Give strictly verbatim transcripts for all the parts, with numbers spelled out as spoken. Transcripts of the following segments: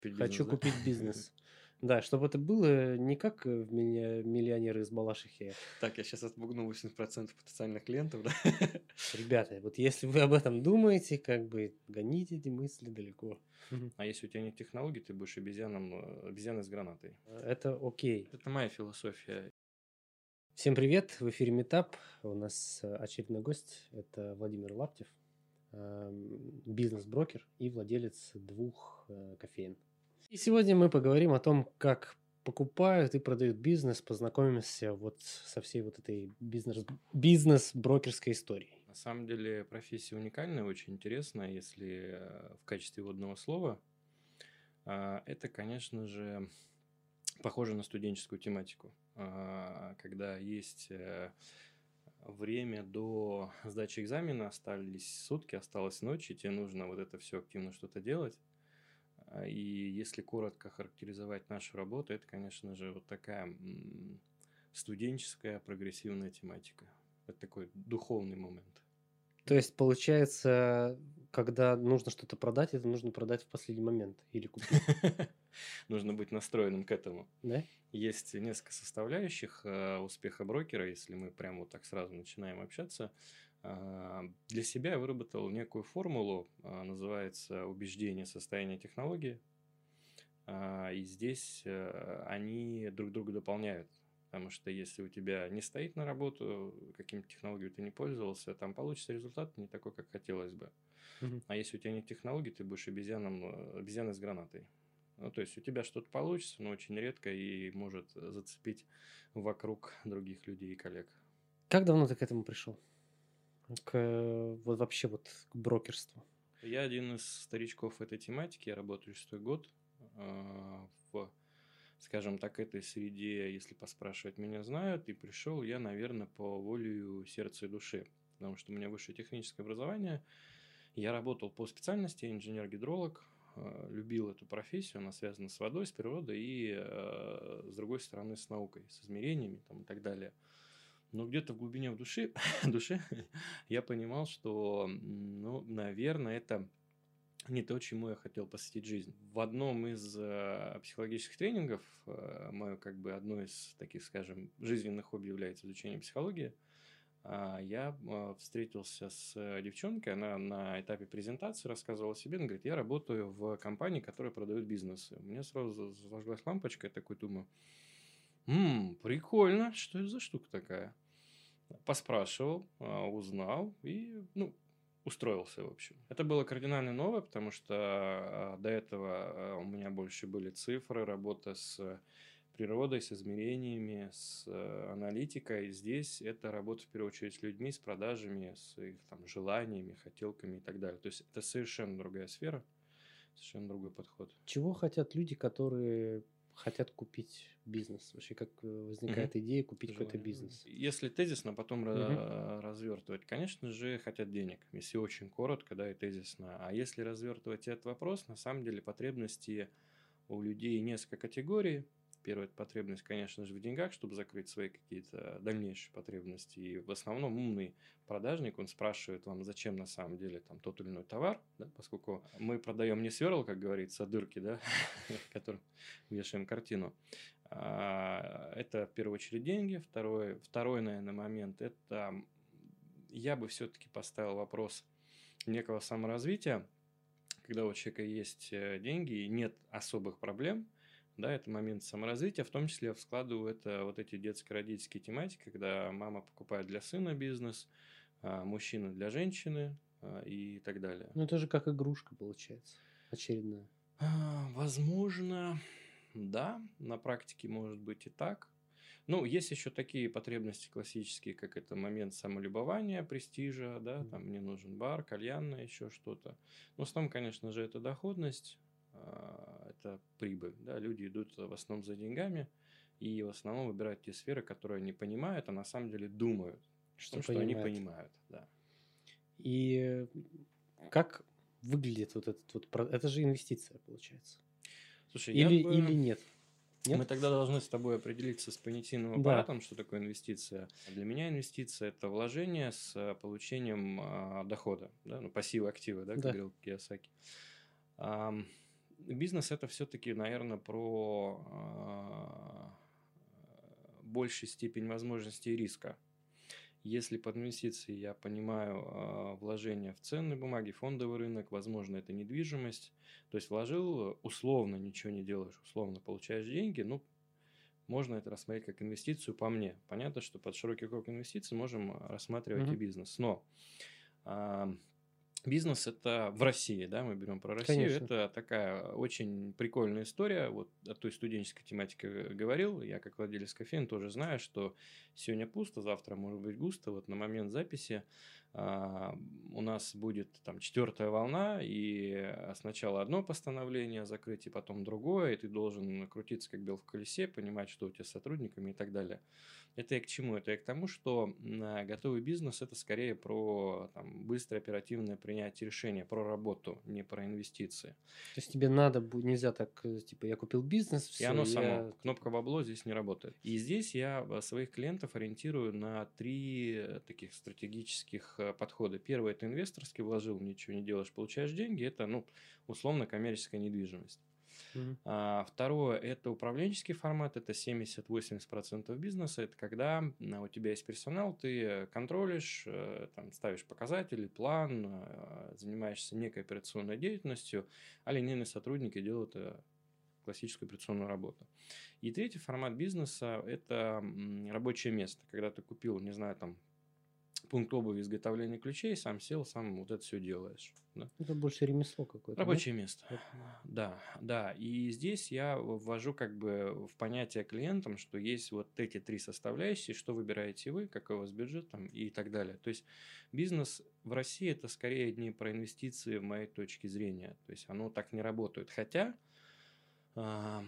Купить Хочу бизнес, да? купить бизнес. Да, чтобы это было не как э, в меня миллионеры из Балашихи. Так, я сейчас отпугну восемьдесят процентов потенциальных клиентов, да? Ребята, вот если вы об этом думаете, как бы гоните эти мысли далеко. Мгм. А если у тебя нет технологий, ты будешь обезьяном, э, обезьяной с гранатой. Это окей. Это моя философия. Всем привет, в эфире Метап. У нас э, очередной гость. Это Владимир Лаптев, эм, бизнес-брокер и владелец двух э, кофеен. И сегодня мы поговорим о том, как покупают и продают бизнес, познакомимся вот со всей вот этой бизнес, бизнес-брокерской историей. На самом деле профессия уникальная, очень интересная, если э, в качестве вводного слова. А, Это, конечно же, похоже на студенческую тематику, А, когда есть э, время до сдачи экзамена, остались сутки, осталась ночь, и тебе нужно вот это все активно что-то делать. А, И если коротко характеризовать нашу работу, это, конечно же, вот такая м, студенческая прогрессивная тематика. Это такой духовный момент. То есть, получается, когда нужно что-то продать, это нужно продать в последний момент или купить, Нужно быть настроенным к этому. да? Есть несколько составляющих э, успеха брокера, если мы прямо вот так сразу начинаем общаться. А, Для себя я выработал некую формулу, а, называется убеждение состояния технологии. А, И здесь э, они друг друга дополняют. Потому что если у тебя не стоит на работу, каким технологией ты не пользовался, там получится результат не такой, как хотелось бы. Мгм. А если у тебя нет технологий, ты будешь обезьяном, э, обезьяной с гранатой. Ну, то есть у тебя что-то получится, но очень редко и может зацепить вокруг других людей и коллег. Как давно ты к этому пришел? К э, вот вообще вот к брокерству? Я один из старичков этой тематики, я работаю шестой год а, в, скажем так, этой среде, если поспрашивать, меня знают, и пришел я, наверное, по воле сердца и души, потому что у меня высшее техническое образование, я работал по специальности, я инженер-гидролог, э, любил эту профессию, она связана с водой, с природой и, э, с другой стороны, с наукой, с измерениями там, и так далее. Но где-то в глубине в души, душе я понимал, что, м, ну, наверное, это не то, чему я хотел посвятить жизнь. В одном из э, психологических тренингов, э, мое как бы одно из таких, скажем, жизненных хобби является изучение психологии. А, Я а, встретился с э, девчонкой, она на этапе презентации рассказывала о себе, она говорит, я работаю в компании, которая продает бизнесы. У меня сразу зажглась лампочка, я такой думаю, «М, прикольно, что это за штука такая?» Поспрашивал, а, узнал и, ну, устроился, в общем. Это было кардинально новое, потому что а, до этого а, у меня больше были цифры, работа с природой, с измерениями, с э, аналитикой. Здесь это работа в первую очередь с людьми, с продажами, с их там желаниями, хотелками и так далее. То есть это совершенно другая сфера, совершенно другой подход. Чего хотят люди, которые хотят купить бизнес? Вообще, как э, Мгм. возникает идея купить какой-то Желание. бизнес? Если тезисно, потом Мгм. развертывать, конечно же, хотят денег, если очень коротко, да, и тезисно. А если развертывать этот вопрос, на самом деле потребности у людей несколько категорий. Первая это потребность, конечно же, в деньгах, чтобы закрыть свои какие-то дальнейшие потребности. И в основном умный продажник, он спрашивает вам, зачем на самом деле там тот или иной товар, да, поскольку мы продаем не сверл, как говорится, а дырки, да, которым вешаем картину. А, Это в первую очередь деньги. Второй, второй, наверное, момент, это я бы все-таки поставил вопрос некого саморазвития, когда у человека есть э, деньги и нет особых проблем, да, это момент саморазвития, в том числе я складываю это вот эти детско-родительские тематики, когда мама покупает для сына бизнес, а, мужчина для женщины а, и так далее. Ну, это же как игрушка получается, очередная. А, Возможно, да, на практике может быть и так. Ну, есть еще такие потребности классические, как это момент самолюбования, престижа, да, Мгм. там мне нужен бар, кальянная, еще что-то. Но в основном, конечно же, это доходность, а, это прибыль, да, люди идут в основном за деньгами и в основном выбирают те сферы, которые они понимают, а на самом деле думают о Что том, что они понимает. понимают, да. И э, как выглядит вот этот вот... про- Это же инвестиция, получается. Слушай, я Или, или бы нет? Мы Нет? тогда должны с тобой определиться с понятийным Да. аппаратом, что такое инвестиция. Для меня инвестиция– это вложение с э, получением а, дохода, да, ну, пассивы, активы, да, как Да. говорил Кiyosaki. Ам, бизнес это все-таки, наверное, про а, большей степень возможностей и риска. Если под инвестиции я понимаю а, вложения в ценные бумаги, фондовый рынок, возможно, это недвижимость, то есть вложил, условно ничего не делаешь, условно получаешь деньги, ну, можно это рассмотреть как инвестицию по мне. Понятно, что под широкий круг инвестиций можем рассматривать и Мгм. бизнес. Но а, бизнес это в России, да, мы берем про Россию, Конечно. это такая очень прикольная история. Вот о той студенческой тематике г- говорил. Я как владелец кофеин тоже знаю, что сегодня пусто, завтра может быть густо. Вот на момент записи а, у нас будет там четвертая волна, и а, сначала одно постановление о закрытии, потом другое, и ты должен крутиться как бел в колесе, понимать, что у тебя с сотрудниками и так далее. Это я к чему? Это я к тому, что м, готовый бизнес это скорее про там, быстрое оперативное принятие решения, про работу, не про инвестиции. То есть тебе надо будет, нельзя так, э, типа, я купил бизнес, И все, оно само. я, Кнопка типа, бабло здесь не работает. И здесь я э, своих клиентов ориентирую на три э, таких стратегических э, подхода. Первый – это инвесторский, вложил, ничего не делаешь, получаешь деньги. Это, ну, условно, коммерческая недвижимость. мгм. А, Второе – это управленческий формат, это семьдесят-восемьдесят процентов бизнеса. Это когда м, у тебя есть персонал, ты контролишь, э, там, ставишь показатели, план, э, занимаешься некой операционной деятельностью, а линейные сотрудники делают э, классическую операционную работу. И третий формат бизнеса – это м, рабочее место, когда ты купил, не знаю, там, пункт обуви, изготовления ключей, сам сел, сам вот это все делаешь. Да? Это больше ремесло какое-то, да? Рабочее место. Я понимаю. Да, да. И здесь я ввожу как бы в понятие клиентам, что есть вот эти три составляющие, что выбираете вы, какой у вас бюджет там и так далее. То есть бизнес в России это скорее не про инвестиции в моей точке зрения. То есть оно так не работает. Хотя а,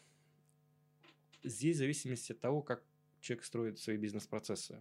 здесь в зависимости от того, как человек строит свои бизнес-процессы.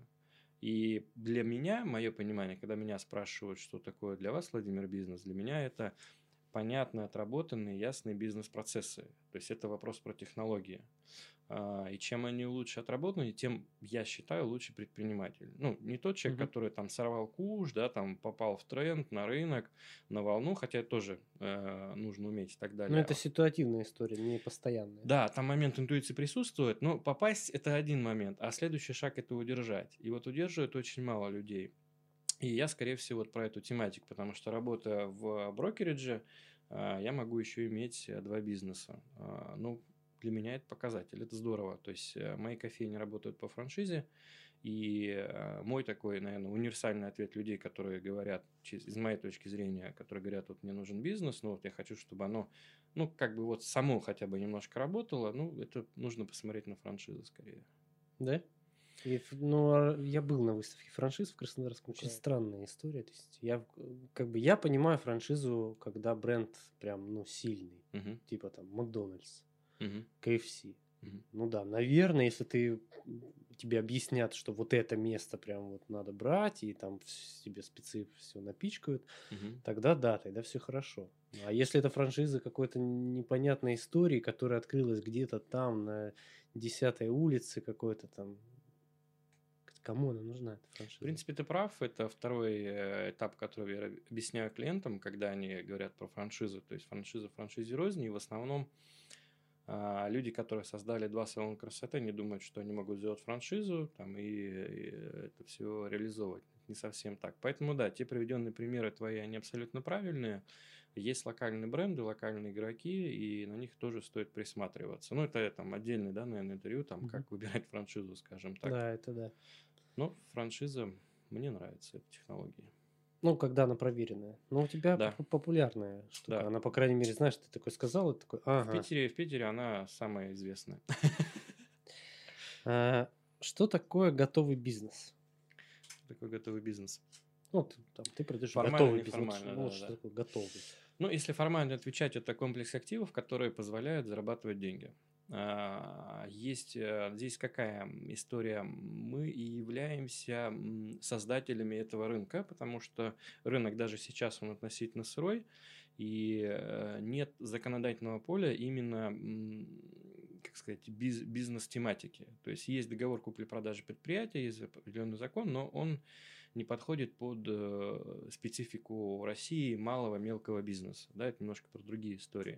И для меня, мое понимание, когда меня спрашивают, что такое для вас, Владимир, бизнес, для меня это понятные, отработанные, ясные бизнес-процессы. То есть это вопрос про технологии. А, И чем они лучше отработаны, тем, я считаю, лучше предприниматель. Ну, не тот человек, Мгм. который там сорвал куш, да, там попал в тренд, на рынок, на волну, хотя это тоже э, нужно уметь и так Но далее. это ситуативная история, не постоянная. Да, там момент интуиции присутствует, но попасть это один момент, а следующий шаг это удержать. И вот удерживает очень мало людей. И я, скорее всего, вот про эту тематику, потому что работая в брокеридже, а, я могу еще иметь э, два бизнеса. А, Ну, для меня это показатель, это здорово. То есть э, мои кофейни работают по франшизе, и э, мой такой, наверное, универсальный ответ людей, которые говорят, чис- из моей точки зрения, которые говорят, вот мне нужен бизнес, но вот я хочу, чтобы оно, ну, как бы вот само хотя бы немножко работало, ну, это нужно посмотреть на франшизу скорее. Да? И, ф- ну, а я был на выставке франшиз в Краснодарском Очень крае. странная история. То есть я, э, как бы, я понимаю франшизу, когда бренд прям, ну, сильный. Мгм, Типа там Макдональдс, мгм, ка эф си. мгм, Ну да, наверное, если ты м, тебе объяснят, что вот это место прям вот надо брать, и там вс- тебе спецы все напичкают, мгм. тогда да, тогда все хорошо. Ну, а если это франшиза какой-то непонятной истории, которая открылась где-то там на десятой улице какой-то там, к- кому она нужна, эта В франшиза? принципе, ты прав. Это второй э, этап, который я объясняю клиентам, когда они говорят про франшизу. То есть франшиза франшизе рознь. И в основном а, люди, которые создали два салона красоты, они думают, что они могут сделать франшизу там, и, и это все реализовывать. Не совсем так. Поэтому да, те приведенные примеры твои, они абсолютно правильные. Есть локальные бренды, локальные игроки, и на них тоже стоит присматриваться. Ну, это там отдельный, да, наверное, интервью, там, Мгм. как выбирать франшизу, скажем так. Да, это да. Но франшиза, мне нравится эта технология. Ну, когда она проверенная. Но у тебя Да, поп- популярная штука. да. Она, по крайней мере, знаешь, ты такой сказал, и ты такой, В ага. Питере, в Питере она самая известная. А, что такое готовый бизнес? Такой готовый бизнес. Ну, ты, там, ты продаешь Формально, готовый бизнес. Вот, ш- неформально, ну, вот да, что да. такое готовый? Ну, если формально отвечать, это комплекс активов, которые позволяют зарабатывать деньги. А, Есть э, здесь какая история? Мы и являемся м, создателями этого рынка, потому что рынок даже сейчас он относительно сырой, и э, нет законодательного поля именно, м, как сказать, биз- бизнес-тематики. То есть есть договор купли-продажи предприятия, есть определенный закон, но он не подходит под э, специфику России малого мелкого бизнеса. Да, это немножко про другие истории.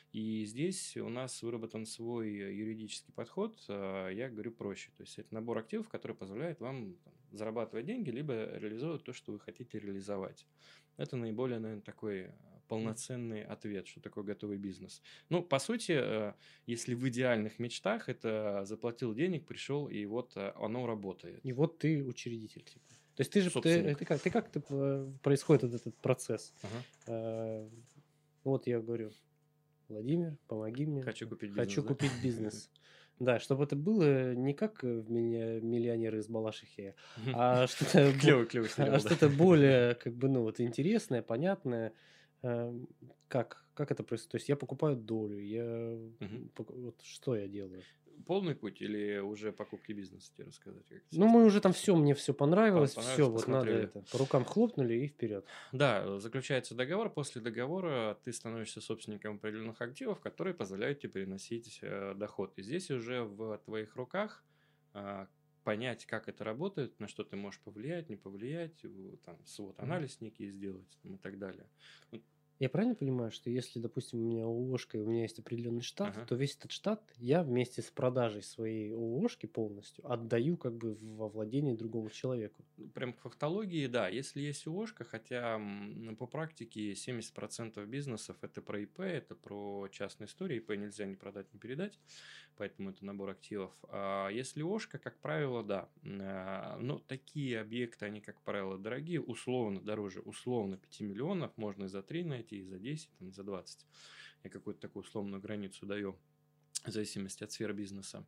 И здесь у нас выработан свой юридический подход, а, я говорю проще. То есть это набор активов, который позволяет вам там, зарабатывать деньги, либо реализовывать то, что вы хотите реализовать. Это наиболее, наверное, такой полноценный ответ, что такое готовый бизнес. Ну, по сути, э, если в идеальных мечтах, это заплатил денег, пришел, и вот э, оно работает. И вот ты учредитель, типа. То есть ты же, ты, Собственник. ты как, ты как ты, э, происходит вот этот процесс? Ага. Э, Вот я говорю, Владимир, помоги мне. Хочу купить Хочу бизнес, да? купить бизнес. Да, чтобы это было не как э, в меня миллионеры из Балашихи, а что-то бо- Клевый, клевый а сериал, да. что-то более, как бы, ну, вот интересное, понятное. Эм, Как, как это происходит? То есть я покупаю долю, я Мгм. пок- вот что я делаю? Полный путь или уже покупки бизнеса тебе рассказать? Как это Ну, мы уже там происходит? все, мне все понравилось, Пон- все, понравилось, вот надо посмотрели. это, по рукам хлопнули и вперед. Да, заключается договор. После договора ты становишься собственником определенных активов, которые позволяют тебе приносить э, доход. И здесь уже в твоих руках а, понять, как это работает, на что ты можешь повлиять, не повлиять, в- там, свод-анализ некий сделать там, и так далее. Вот, Я правильно понимаю, что если, допустим, у меня ООшка и у меня есть определенный штат, ага. то весь этот штат я вместе с продажей своей ООшки полностью отдаю как бы во владение другому человеку? Прям к фактологии, да, если есть ООшка, хотя м, по практике семьдесят процентов бизнесов это про ИП, это про частные истории, ИП нельзя ни продать, ни передать, поэтому это набор активов. А если ООшка, как правило, да, А, но такие объекты, они, как правило, дорогие, условно дороже, условно пяти миллионов, можно и за три найти, и за десять, там, и за двадцать. Я какую-то такую условную границу даю в зависимости от сферы бизнеса.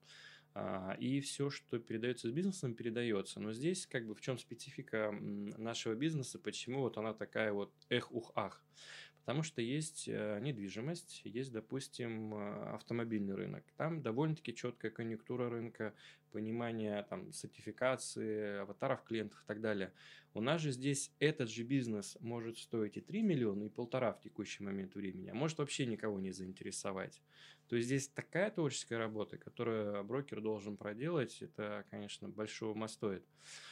А, И все, что передается с бизнесом, передается. Но здесь как бы в чем специфика м, нашего бизнеса, почему вот она такая вот эх-ух-ах. Потому что есть э, недвижимость, есть, допустим, э, автомобильный рынок. Там довольно-таки четкая конъюнктура рынка, понимание там, сертификации, аватаров клиентов и так далее. У нас же здесь этот же бизнес может стоить и три миллиона, и полтора в текущий момент времени, а может вообще никого не заинтересовать. То есть здесь такая творческая работа, которую брокер должен проделать, это, конечно, большого ума стоит.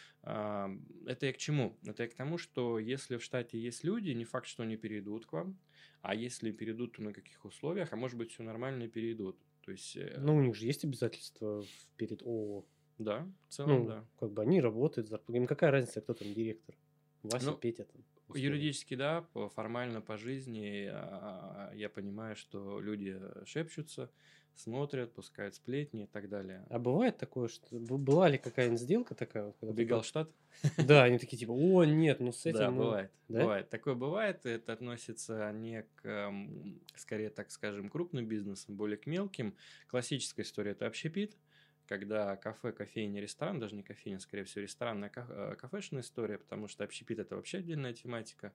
А, Это я к чему? Это я к тому, что если в штате есть люди, не факт, что они перейдут к вам, а если перейдут, то на каких условиях, а может быть все нормально и перейдут. То есть, э, Ну, у них же есть обязательства в- перед ООО. да, в целом, Ну, да. как бы они работают, зарп- им какая разница, кто там директор? Вася, Ну, Петя там. условно. юридически, да, по- формально по жизни а, я понимаю, что люди шепчутся, смотрят, пускают сплетни и так далее. А бывает такое, что б- была ли какая-нибудь сделка такая, вот, когда ты Убегал под- в штат? Да, они такие типа, о, нет, ну с этим Да, мы... бывает. Да? Бывает. Такое бывает. Это относится не к, м, скорее, так скажем, крупным бизнесам, более к мелким. Классическая история – это общепит, когда кафе, кофейня, ресторан, даже не кофейня, скорее всего, ресторанная, ка- э, кафешная история, потому что общепит – это вообще отдельная тематика.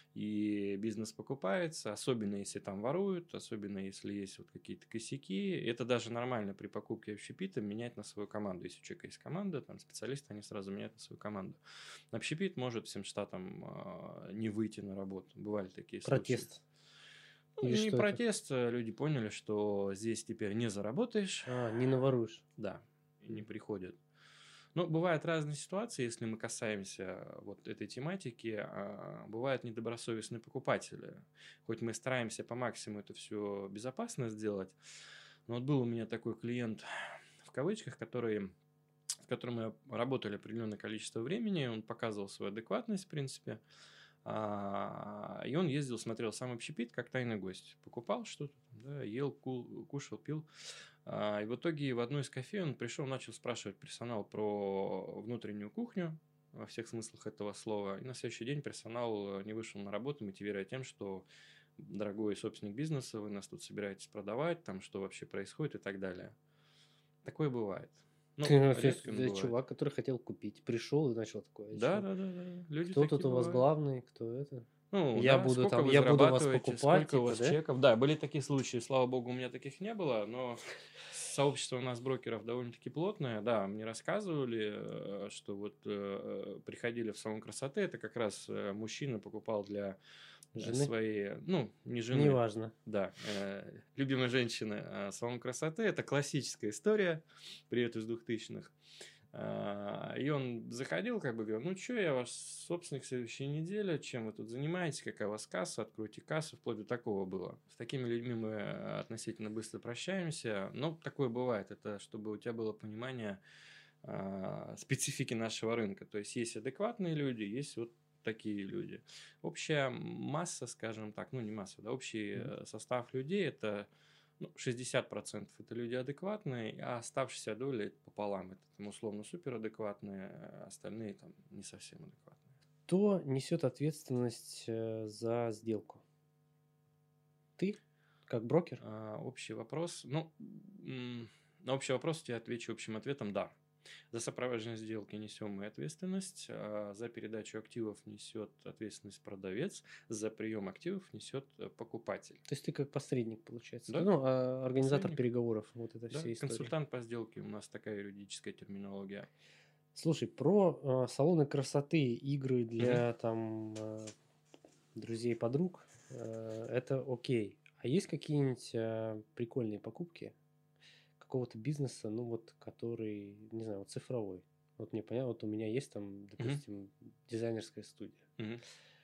И бизнес покупается, особенно если там воруют, особенно если есть вот какие-то косяки. Это даже нормально при покупке общепита менять на свою команду. Если у человека есть команда, там специалисты, они сразу меняют на свою команду. Общепит может всем штатам а, не выйти на работу. Бывали такие случаи. Протест. Ну, Или не что это? протест, а люди поняли, что здесь теперь не заработаешь. А, не наворуешь. Да, и не М. приходят. Но бывают разные ситуации, если мы касаемся вот этой тематики. а, Бывают недобросовестные покупатели. Хоть мы стараемся по максимуму это все безопасно сделать, но вот был у меня такой клиент, в кавычках, который, с которым мы работали определенное количество времени, он показывал свою адекватность, в принципе, а, и он ездил, смотрел сам общепит, как тайный гость. Покупал что-то, да, ел, ку- кушал, пил. А, И в итоге в одну из кафе он пришел, начал спрашивать персонал про внутреннюю кухню во всех смыслах этого слова. И на следующий день персонал э, не вышел на работу, мотивируя тем, что дорогой собственник бизнеса, вы нас тут собираетесь продавать, там что вообще происходит и так далее. Такое бывает. Ну, То есть редко, но это бывает. чувак, который хотел купить, пришел и начал такое. Да, «Чё, да, да, да. Люди Кто тут такие у вас бывают. главный, кто это? Ну Я да, буду сколько там, вы я буду вас зарабатываете, покупать, сколько у типа, вас да? чеков. Да, были такие случаи, слава богу, у меня таких не было, но сообщество у нас брокеров довольно-таки плотное. Да, мне рассказывали, э, что вот э, приходили в салон красоты, это как раз э, мужчина покупал для э, Жены? своей, ну, не жены, Неважно. да, э, любимой женщины, а салон красоты. Это классическая история, привет из двухтысячных. А, И он заходил, как бы говорил, ну что, я ваш собственник следующей неделе, чем вы тут занимаетесь, какая у вас касса, откройте кассу, вплоть до такого было. С такими людьми мы э, относительно быстро прощаемся, но такое бывает, это чтобы у тебя было понимание а, специфики нашего рынка. То есть есть адекватные люди, есть вот такие люди. Общая масса, скажем так, ну не масса, да, общий Мгм. э, состав людей это ну, шестьдесят процентов это люди адекватные, а оставшаяся доля это пополам. Это там, условно суперадекватные, а остальные там не совсем адекватные. Кто несет ответственность э, за сделку? Ты, как брокер? А, общий вопрос. Ну, м, на общий вопрос я отвечу общим ответом «да». За сопровождение сделки несем мы ответственность, а за передачу активов несет ответственность продавец, за прием активов несет э, покупатель. То есть ты как посредник, получается. Ты, Да, ну, а, организатор посредник, переговоров, вот этой да, всей истории. консультант по сделке, у нас такая юридическая терминология. Слушай, про э, салоны красоты, игры Мгм. для там э, друзей, подруг, э, это окей. А есть какие-нибудь э, прикольные покупки какого-то бизнеса, ну вот, который, не знаю, вот цифровой? Вот мне понятно, вот у меня есть там, Мгм. допустим, дизайнерская студия, Мгм.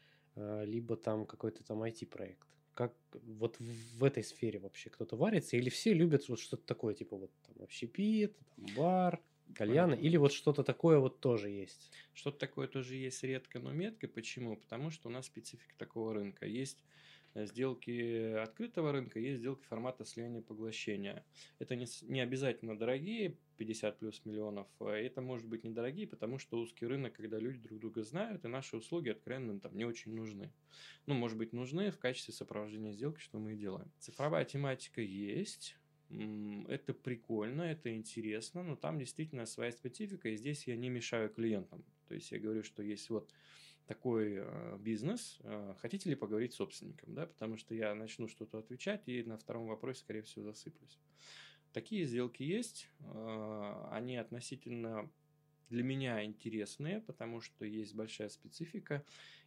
э, либо там какой-то там ай ти-проект. Как вот в в этой сфере вообще кто-то варится, или все любят вот что-то такое, типа вот там общепит, там бар, кальяны, Понял. или вот что-то такое вот тоже есть? Что-то такое тоже есть редко, но метко. Почему? Потому что у нас специфика такого рынка. Есть э, сделки открытого рынка, есть сделки формата слияния поглощения. Это не, с- не обязательно дорогие, пятьдесят плюс миллионов. а Это может быть недорогие, потому что узкий рынок, когда люди друг друга знают, и наши услуги откровенно там не очень нужны. Ну, может быть, нужны в качестве сопровождения сделки, что мы и делаем. Цифровая тематика есть. М, Это прикольно, это интересно, но там действительно своя специфика, и здесь я не мешаю клиентам. То есть я говорю, что есть вот такой э, бизнес, э, хотите ли поговорить с собственником, да, потому что я начну что-то отвечать, и на втором вопросе, скорее всего, засыплюсь. Такие сделки есть, э, они относительно для меня интересные, потому что есть большая специфика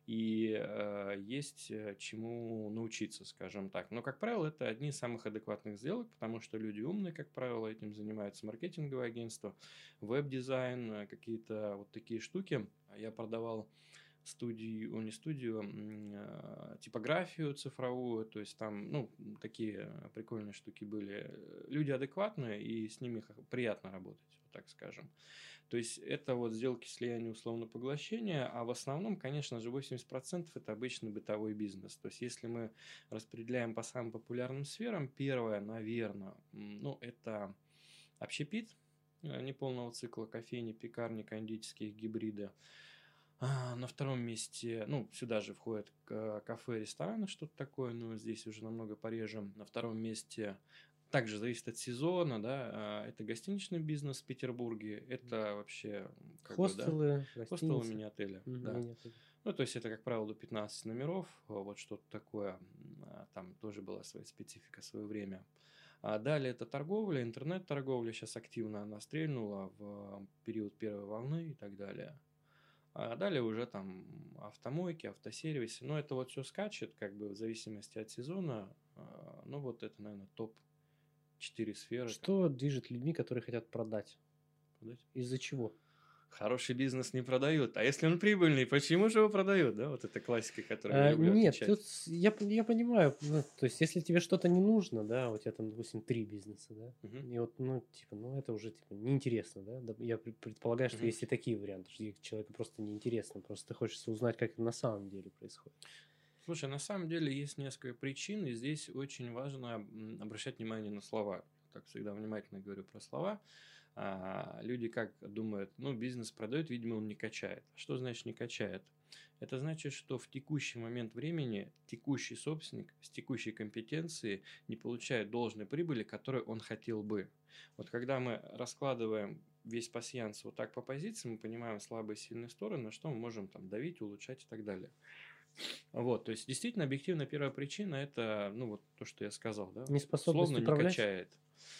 и э, есть э, чему научиться, скажем так. Но, как правило, это одни из самых адекватных сделок, потому что люди умные, как правило, этим занимаются маркетинговые агентства, веб-дизайн, э, какие-то вот такие штуки. Я продавал студию, о, не студию, м, а, типографию цифровую, то есть там, ну, такие прикольные штуки были. Люди адекватные, и с ними х- приятно работать, вот так скажем. То есть это вот сделки слияния условно поглощения, а в основном, конечно же, восемьдесят процентов это обычный бытовой бизнес. То есть если мы распределяем по самым популярным сферам, первое, наверное, ну, это общепит э, неполного цикла, кофейни, пекарни, кондитерские гибриды. А, На втором месте, ну, сюда же входят к- кафе, рестораны, что-то такое, но здесь уже намного пореже. На втором месте также зависит от сезона, да, а, это гостиничный бизнес в Петербурге, это вообще, м, как бы, да, Хостелы, хостелы, гостиницы. мини-отели, Мгм, да. мини-отели. Ну, то есть это, как правило, до пятнадцати номеров, а, вот что-то такое, м, а, там тоже была своя специфика в свое время. А далее это торговля, интернет-торговля, сейчас активно она стрельнула в период первой волны и так далее. А далее уже там автомойки, автосервисы. Но это вот все скачет, как бы в зависимости от сезона. А, Ну, вот это, наверное, топ четыре сферы. Там, Что движет людьми, которые хотят продать? продать. Из-за чего? Хороший бизнес не продают. А если он прибыльный, почему же его продают? Да, вот это классика, которую я Э, люблю нет, отвечать. тут с- я, п- я понимаю, ну, то есть если тебе что-то не нужно, да, у тебя там, допустим, три бизнеса, да, Мгм, и вот, ну, типа, ну, это уже, типа, неинтересно, да, Да, я пред- предполагаю, что мгм. есть и такие варианты, что человеку просто неинтересно, просто ты хочешь узнать, как это на самом деле происходит. Слушай, на самом деле есть несколько причин, и здесь очень важно м, обращать внимание на слова. Как всегда, внимательно говорю про слова. А, люди как думают, ну, бизнес продает, видимо, он не качает. Что значит не качает? Это значит, что в текущий момент времени текущий собственник с текущей компетенцией не получает должной прибыли, которую он хотел бы. Вот когда мы раскладываем весь пасьянс вот так по позициям, мы понимаем слабые и сильные стороны, на что мы можем там давить, улучшать и так далее. Вот, то есть, действительно, объективная первая причина – это, ну, вот то, что я сказал, да, Неспособность условно не управлять? качает.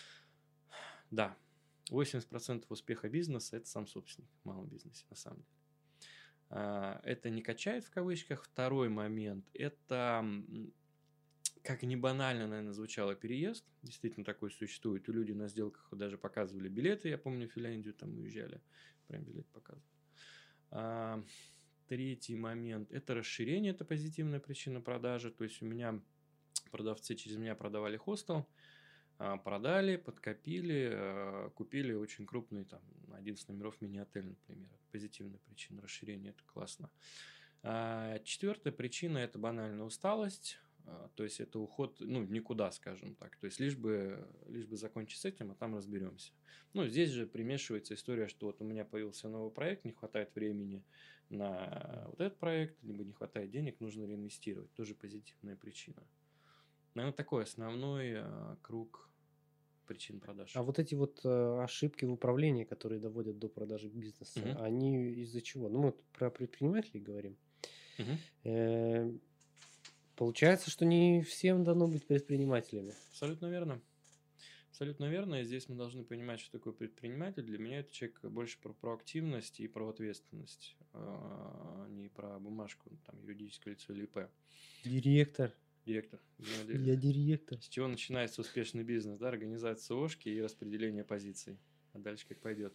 Да, восемьдесят процентов успеха бизнеса – это сам собственник в малом бизнесе, на самом деле. А, Это не качает в кавычках. Второй момент – это м, как ни банально, наверное, звучало переезд, действительно такой существует. И люди на сделках даже показывали билеты, я помню, в Финляндию там уезжали, прям билет показывали. А, третий момент – это расширение, это позитивная причина продажи. То есть у меня продавцы через меня продавали хостел, а, продали, подкопили, а, купили очень крупный, там, одиннадцать номеров мини-отель, например. Позитивная причина расширения, это классно. А, четвертая причина – это банальная усталость. А, То есть это уход, ну, в никуда, скажем так. То есть лишь бы, лишь бы закончить с этим, а там разберемся. Ну, здесь же примешивается история, что вот у меня появился новый проект, не хватает времени на вот этот проект, либо не хватает денег, нужно реинвестировать. Тоже позитивная причина. Наверное, такой основной а, круг причин продаж. А вот эти вот э, ошибки в управлении, которые доводят до продажи бизнеса, Мгм. они из-за чего? Ну, мы про предпринимателей говорим. Мгм. Э, Получается, что не всем дано быть предпринимателями. Абсолютно верно. Абсолютно верно. И здесь мы должны понимать, что такое предприниматель. Для меня это человек больше про проактивность и про ответственность, а не про бумажку, там, юридическое лицо или ИП. Директор. Директор. генеральный Я директор. директор. С чего начинается успешный бизнес, да, организация ОшКи и распределение позиций. А дальше как пойдет.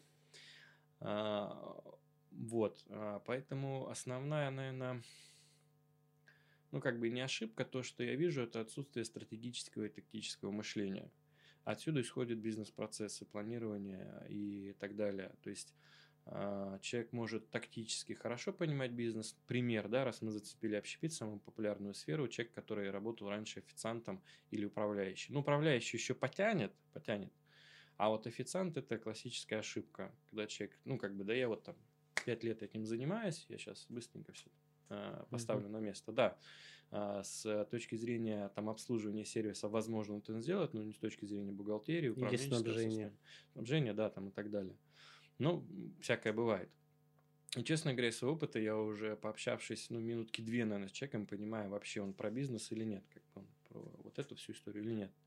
А, вот, а, поэтому основная, наверное, ну, как бы не ошибка, то, что я вижу, это отсутствие стратегического и тактического мышления. Отсюда исходят бизнес-процессы, планирование и так далее. То есть а, человек может тактически хорошо понимать бизнес. Пример, да, раз мы зацепили общепит, самую популярную сферу, человек, который работал раньше официантом или управляющим. Ну, управляющий еще потянет, потянет. А вот официант – это классическая ошибка, когда человек, ну, как бы, да, я вот там пять лет этим занимаюсь, я сейчас быстренько все поставлю на место. Да, а, с точки зрения там обслуживания сервиса возможно это сделать, но не с точки зрения бухгалтерии, Или управленческого снабжения. состояния. Снабжения, да, там и так далее. Ну, всякое бывает. И, честно говоря, из своего опыта я уже пообщавшись, ну, минутки две, наверное, с человеком, понимаю, вообще он про бизнес или нет, как бы он про вот эту всю историю или нет.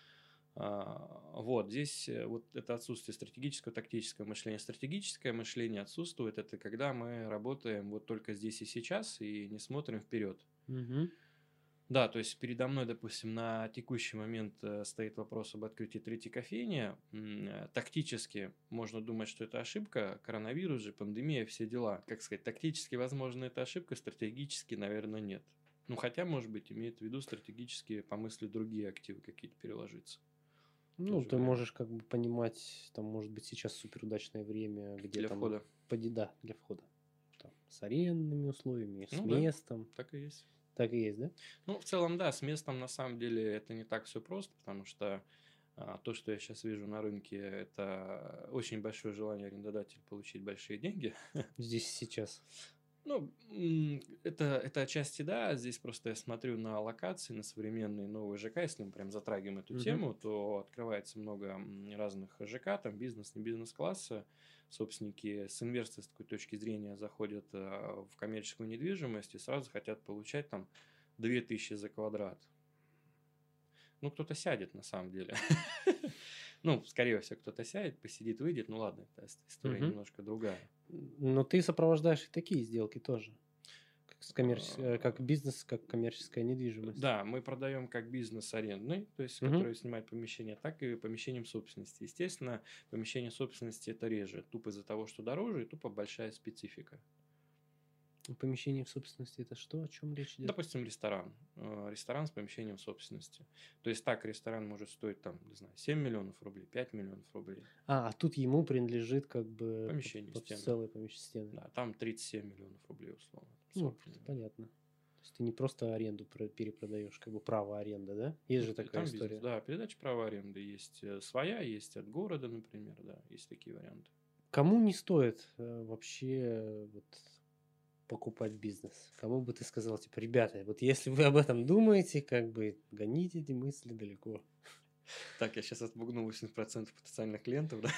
А, Вот, здесь э, вот это отсутствие стратегического, тактического мышления. Стратегическое мышление отсутствует, это когда мы работаем вот только здесь и сейчас и не смотрим вперед. Мгм. Да, то есть передо мной, допустим, на текущий момент э, стоит вопрос об открытии третьей кофейни. М, э, Тактически можно думать, что это ошибка, коронавирус же, пандемия, все дела. Как сказать, тактически, возможно, это ошибка, стратегически, наверное, нет. Ну, хотя, может быть, имеет в виду стратегически, по мысли, другие активы какие-то переложиться. Ну, Тоже ты вариант. можешь как бы понимать, там может быть сейчас суперудачное время, где Для там входа. поди- да, для входа. Там, с арендными условиями, с Ну да, местом. так и есть. Так и есть, да? Ну, в целом, да, с местом на самом деле это не так все просто, потому что а, то, что я сейчас вижу на рынке, это очень большое желание арендодателя получить большие деньги. Здесь и сейчас. Ну, м, это, это отчасти да, здесь просто я смотрю на локации, на современные новые ЖК, если мы прям затрагиваем эту Мгм. тему, то открывается много м, разных ЖК, там бизнес, не бизнес-класса, собственники с инвесторской точки зрения заходят а, в коммерческую недвижимость и сразу хотят получать там две тысячи за квадрат. Ну, кто-то сядет на самом деле. Ну, скорее всего, кто-то сядет, посидит, выйдет. Ну, ладно, это ис- история Мгм. немножко другая. Но ты сопровождаешь и такие сделки тоже. Как, с коммерчес- э, как А, бизнес, как коммерческая недвижимость. Да, мы продаем как бизнес арендный, то есть Мгм. который снимает помещение, так и помещением собственности. Естественно, помещение собственности это реже, тупо из-за того, что дороже, и тупо большая специфика. Помещение в собственности это что? О чем речь идет? Допустим, ресторан. Э, Ресторан с помещением собственности. То есть так ресторан может стоить там, не знаю, семь миллионов рублей, пять миллионов рублей. А, а тут ему принадлежит как бы Помещение, под стены. целое помещение стены. Да, там тридцать семь миллионов рублей условно. Ну, сорок это миллионов. понятно. То есть ты не просто аренду про- перепродаешь, как бы право аренды, да? Есть Ну, же и такая там бизнес, история. да, передача права аренды есть э, своя, есть от города, например, да, есть такие варианты. Кому не стоит э, вообще э, вот, покупать бизнес? Кому бы ты сказал, типа, ребята, вот если вы об этом думаете, как бы гоните эти мысли далеко. Так, я сейчас отпугнул восемьдесят процентов потенциальных клиентов, да.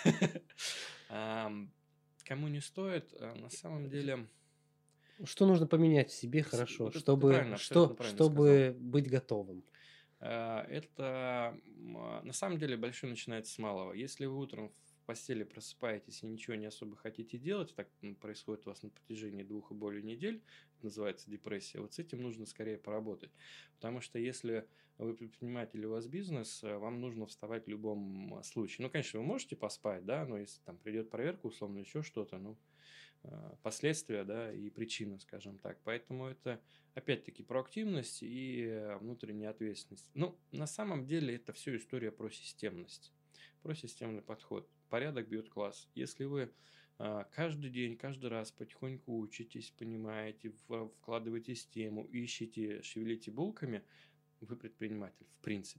Ам, Кому не стоит, а, на самом деле, Что нужно поменять в себе с- хорошо, вот это ты чтобы, правильно, абсолютно что, правильно сказал. чтобы быть готовым? А, Это м, а, на самом деле большой начинается с малого. Если вы утром постели просыпаетесь и ничего не особо хотите делать, так м, происходит у вас на протяжении двух и более недель, это называется депрессия, вот с этим нужно скорее поработать. Потому что если вы предприниматель, у вас бизнес, э, вам нужно вставать в любом а, случае. Ну, конечно, вы можете поспать, да, но если там придет проверка, условно, еще что-то, ну, э, последствия, да, и причина, скажем так. Поэтому это, опять-таки, проактивность и э, внутренняя ответственность. Ну, на самом деле, это все история про системность, про системный подход. Порядок бьет класс. Если вы а, каждый день, каждый раз потихоньку учитесь, понимаете, в- вкладываете систему, ищете, шевелите булками, вы предприниматель, в принципе.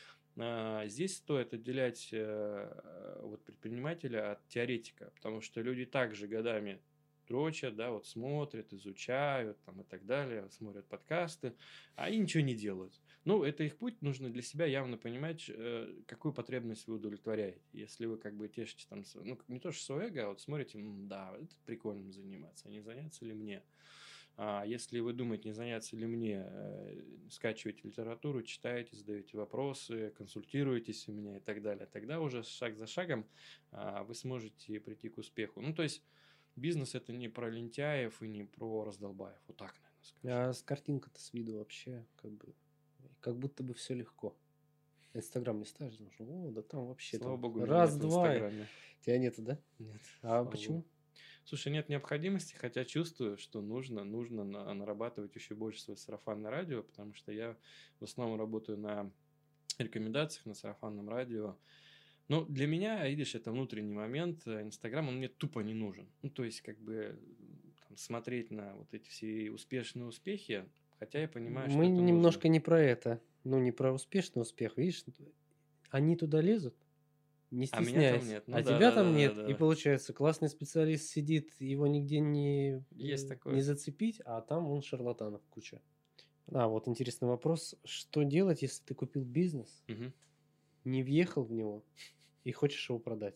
А, Здесь стоит отделять э, вот предпринимателя от теоретика, потому что люди также годами дрочат, да, вот смотрят, изучают там и так далее, смотрят подкасты, а они ничего не делают. Ну, это их путь, нужно для себя явно понимать, э, какую потребность вы удовлетворяете. Если вы как бы тешите там, св- ну, не то что свое эго, а вот смотрите, «М, да, это прикольно заниматься, а не заняться ли мне? А если вы думаете, не заняться ли мне, э, скачиваете литературу, читаете, задаете вопросы, консультируетесь у меня и так далее, тогда уже шаг за шагом а, вы сможете прийти к успеху. Ну, то есть бизнес это не про лентяев и не про раздолбаев. Вот так, наверное, скажем. А с картинка-то с виду вообще как бы, как будто бы все легко. Инстаграм листаешь, думаешь, о, да там вообще Слава там богу, меня нет в раз-два, и Инстаграме. тебя нету, да? Нет, А слава почему? богу. Слушай, нет необходимости, хотя чувствую, что нужно, нужно на- нарабатывать еще больше свое сарафанное радио, потому что я в основном работаю на рекомендациях, на сарафанном радио. Ну, для меня, видишь, это внутренний момент. э, Инстаграм, он мне тупо не нужен. Ну, то есть, как бы м, там, смотреть на вот эти все успешные успехи, хотя я понимаю, что Мы это нужно. немножко не про это, ну не про успешный успех, видишь, они туда лезут, не А меня там стесняясь, нет. Ну а да, тебя да, да, там да, нет, да, и да. получается классный специалист сидит, его нигде не, Есть э, такое. не зацепить, а там он шарлатанов куча. А, вот интересный вопрос, что делать, если ты купил бизнес, Мгм. не въехал в него и хочешь его продать?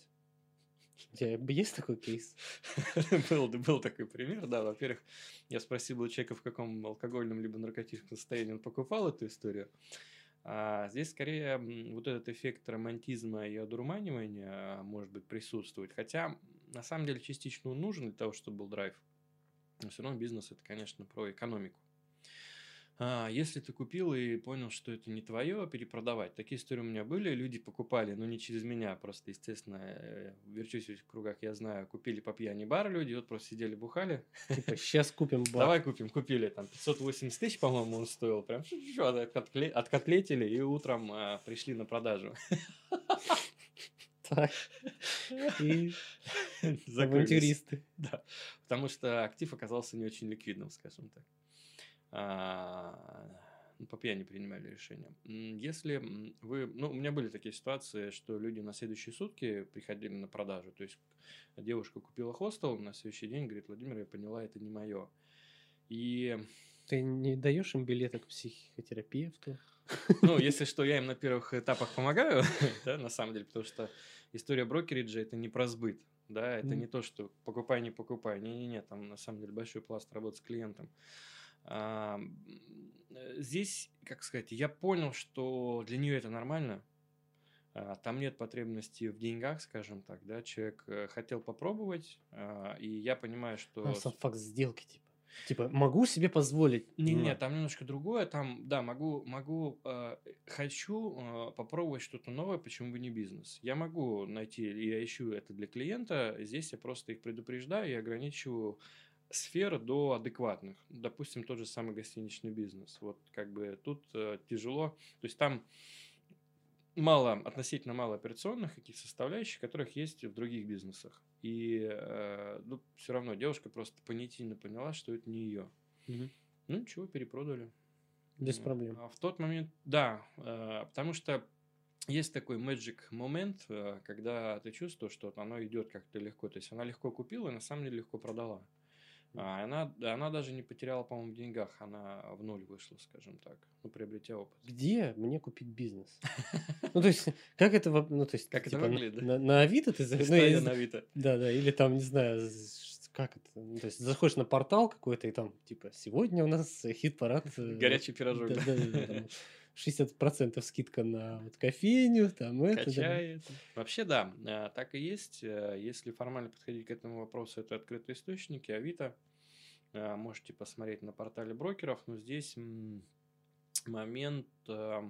У тебя есть такой кейс? Был, был такой пример, да. Во-первых, я спросил у человека, в каком алкогольном либо наркотическом состоянии он покупал эту историю. А здесь скорее м, вот этот эффект романтизма и одурманивания а, может быть присутствовать. Хотя, на самом деле, частично он нужен для того, чтобы был драйв. Но все равно бизнес это, конечно, про экономику. А, если ты купил и понял, что это не твое, перепродавать. Такие истории у меня были. Люди покупали, но не через меня. Просто, естественно, э, верчусь в этих кругах, я знаю, купили по пьяни бар люди, вот просто сидели, бухали. Типа, сейчас купим бар. Давай купим, купили. Там пятьсот восемьдесят тысяч, по-моему, он стоил. Прям что, откотле- откотлетили и утром а, пришли на продажу. Так, и Закрылись. авантюристы. Да, потому что актив оказался не очень ликвидным, скажем так. А, ну, по пьяни принимали решение. М, Если м, вы... Ну, у меня были такие ситуации, что люди на следующие сутки приходили на продажу. То есть девушка купила хостел, на следующий день говорит, Владимир, я поняла, это не мое. И, Ты не даешь им билеты к психотерапевту? ну, если что, я им на первых этапах помогаю, да, на самом деле, потому что история брокериджа – это не про сбыт, да, это М. не то, что покупай, не покупай, не-не-не, там на самом деле большой пласт работы с клиентом. А, м, э, Здесь, как сказать, я понял, что для нее это нормально, а, там нет потребности в деньгах, скажем так, да, человек э, хотел попробовать, а, и я понимаю, А, что... сам с- факт сделки, типа. Типа, могу себе позволить. Не-не, на. там немножко другое, там, да, могу, могу, э, хочу э, попробовать что-то новое, почему бы не бизнес. Я могу найти, и я ищу это для клиента, здесь я просто их предупреждаю и ограничиваю сфер до адекватных. Допустим, тот же самый гостиничный бизнес. Вот как бы тут э, тяжело, то есть там мало, относительно мало операционных каких составляющих, которых есть в других бизнесах. И э, ну, все равно девушка просто понятийно поняла, что это не ее. Мгм. Ну, ничего, перепродали. Без М, проблем. а в тот момент, да, э, потому что есть такой magic момент, э, когда ты чувствуешь, что вот оно идет как-то легко. То есть она легко купила и на самом деле легко продала. А она, да, она даже не потеряла, по-моему, в деньгах, она в ноль вышла, скажем так, ну, приобретя опыт. Где мне купить бизнес? Ну, то есть, как это, во- ну, то есть, Как это типа, на, выглядит, да? на- на Авито ты, за- ну, я не Стоя знаю, на Авито. да, да, или там, не знаю, з- как это, ну, то есть, заходишь на портал какой-то, и там, типа, сегодня у нас хит-парад, э, Горячий пирожок, да, да? да, да, да, там, шестьдесят процентов скидка на вот кофейню, там это. Качает. Вообще, да, а, так и есть. Э, Если формально подходить к этому вопросу, это открытые источники, Авито. А, Можете посмотреть на портале брокеров, но здесь м, момент... а,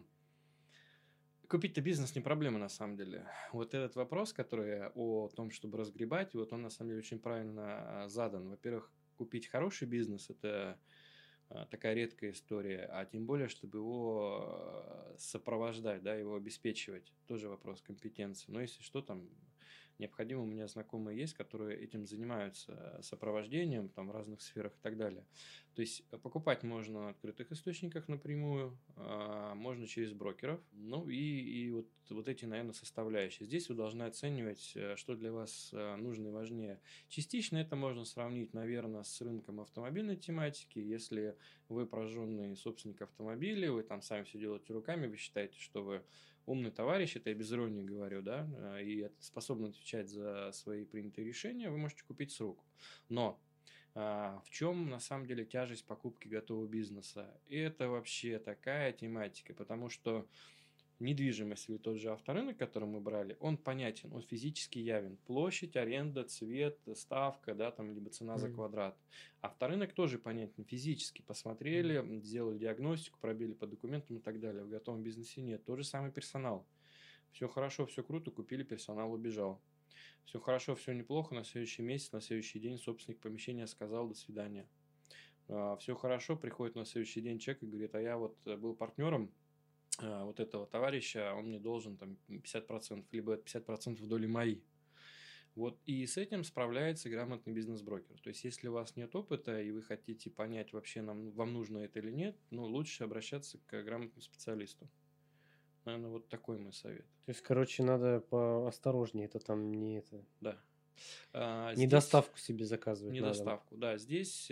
Купить-то бизнес не проблема на самом деле. Вот этот вопрос, который о том, чтобы разгребать, вот он на самом деле очень правильно а, задан. Во-первых, купить хороший бизнес– это а, такая редкая история, а тем более, чтобы его а, сопровождать, да, его обеспечивать, тоже вопрос компетенции. Но если что, там необходимо, у меня знакомые есть, которые этим занимаются, сопровождением там в разных сферах и так далее. То есть э, покупать можно на открытых источниках напрямую, а, можно через брокеров. Ну и, и вот, вот эти, наверное, составляющие. Здесь вы должны оценивать, э, что для вас э, нужно и важнее. Частично это можно сравнить, наверное, с рынком автомобильной тематики. Если вы прожженный собственник автомобиля, вы там сами все делаете руками, вы считаете, что вы умный товарищ, это я без иронии говорю, да, э, и способен отвечать за свои принятые решения, вы можете купить с рук. Но а, в чем на самом деле тяжесть покупки готового бизнеса? Это вообще такая тематика, потому что недвижимость или тот же авторынок, который мы брали, он понятен, он физически явен. Площадь, аренда, цвет, ставка, да, там, либо цена за Мгм. квадрат. Авторынок тоже понятен физически. Посмотрели, м, сделали диагностику, пробили по документам и так далее. В готовом бизнесе нет. Тот же самый персонал. Все хорошо, все круто, купили персонал, убежал. Все хорошо, все неплохо, на следующий месяц, на следующий день собственник помещения сказал «до свидания». Все хорошо, приходит на следующий день человек и говорит, а я вот э, был партнером а, вот этого товарища, он мне должен там пятьдесят процентов, либо это пятьдесят процентов доли мои. Вот и с этим справляется грамотный бизнес-брокер. То есть, если у вас нет опыта и вы хотите понять, вообще нам, вам нужно это или нет, ну, лучше обращаться к грамотному специалисту. Наверное, вот такой мой совет. То есть, короче, надо поосторожнее, это там не это. Да. А, Не здесь доставку себе заказывать не надо. доставку. Да, здесь э,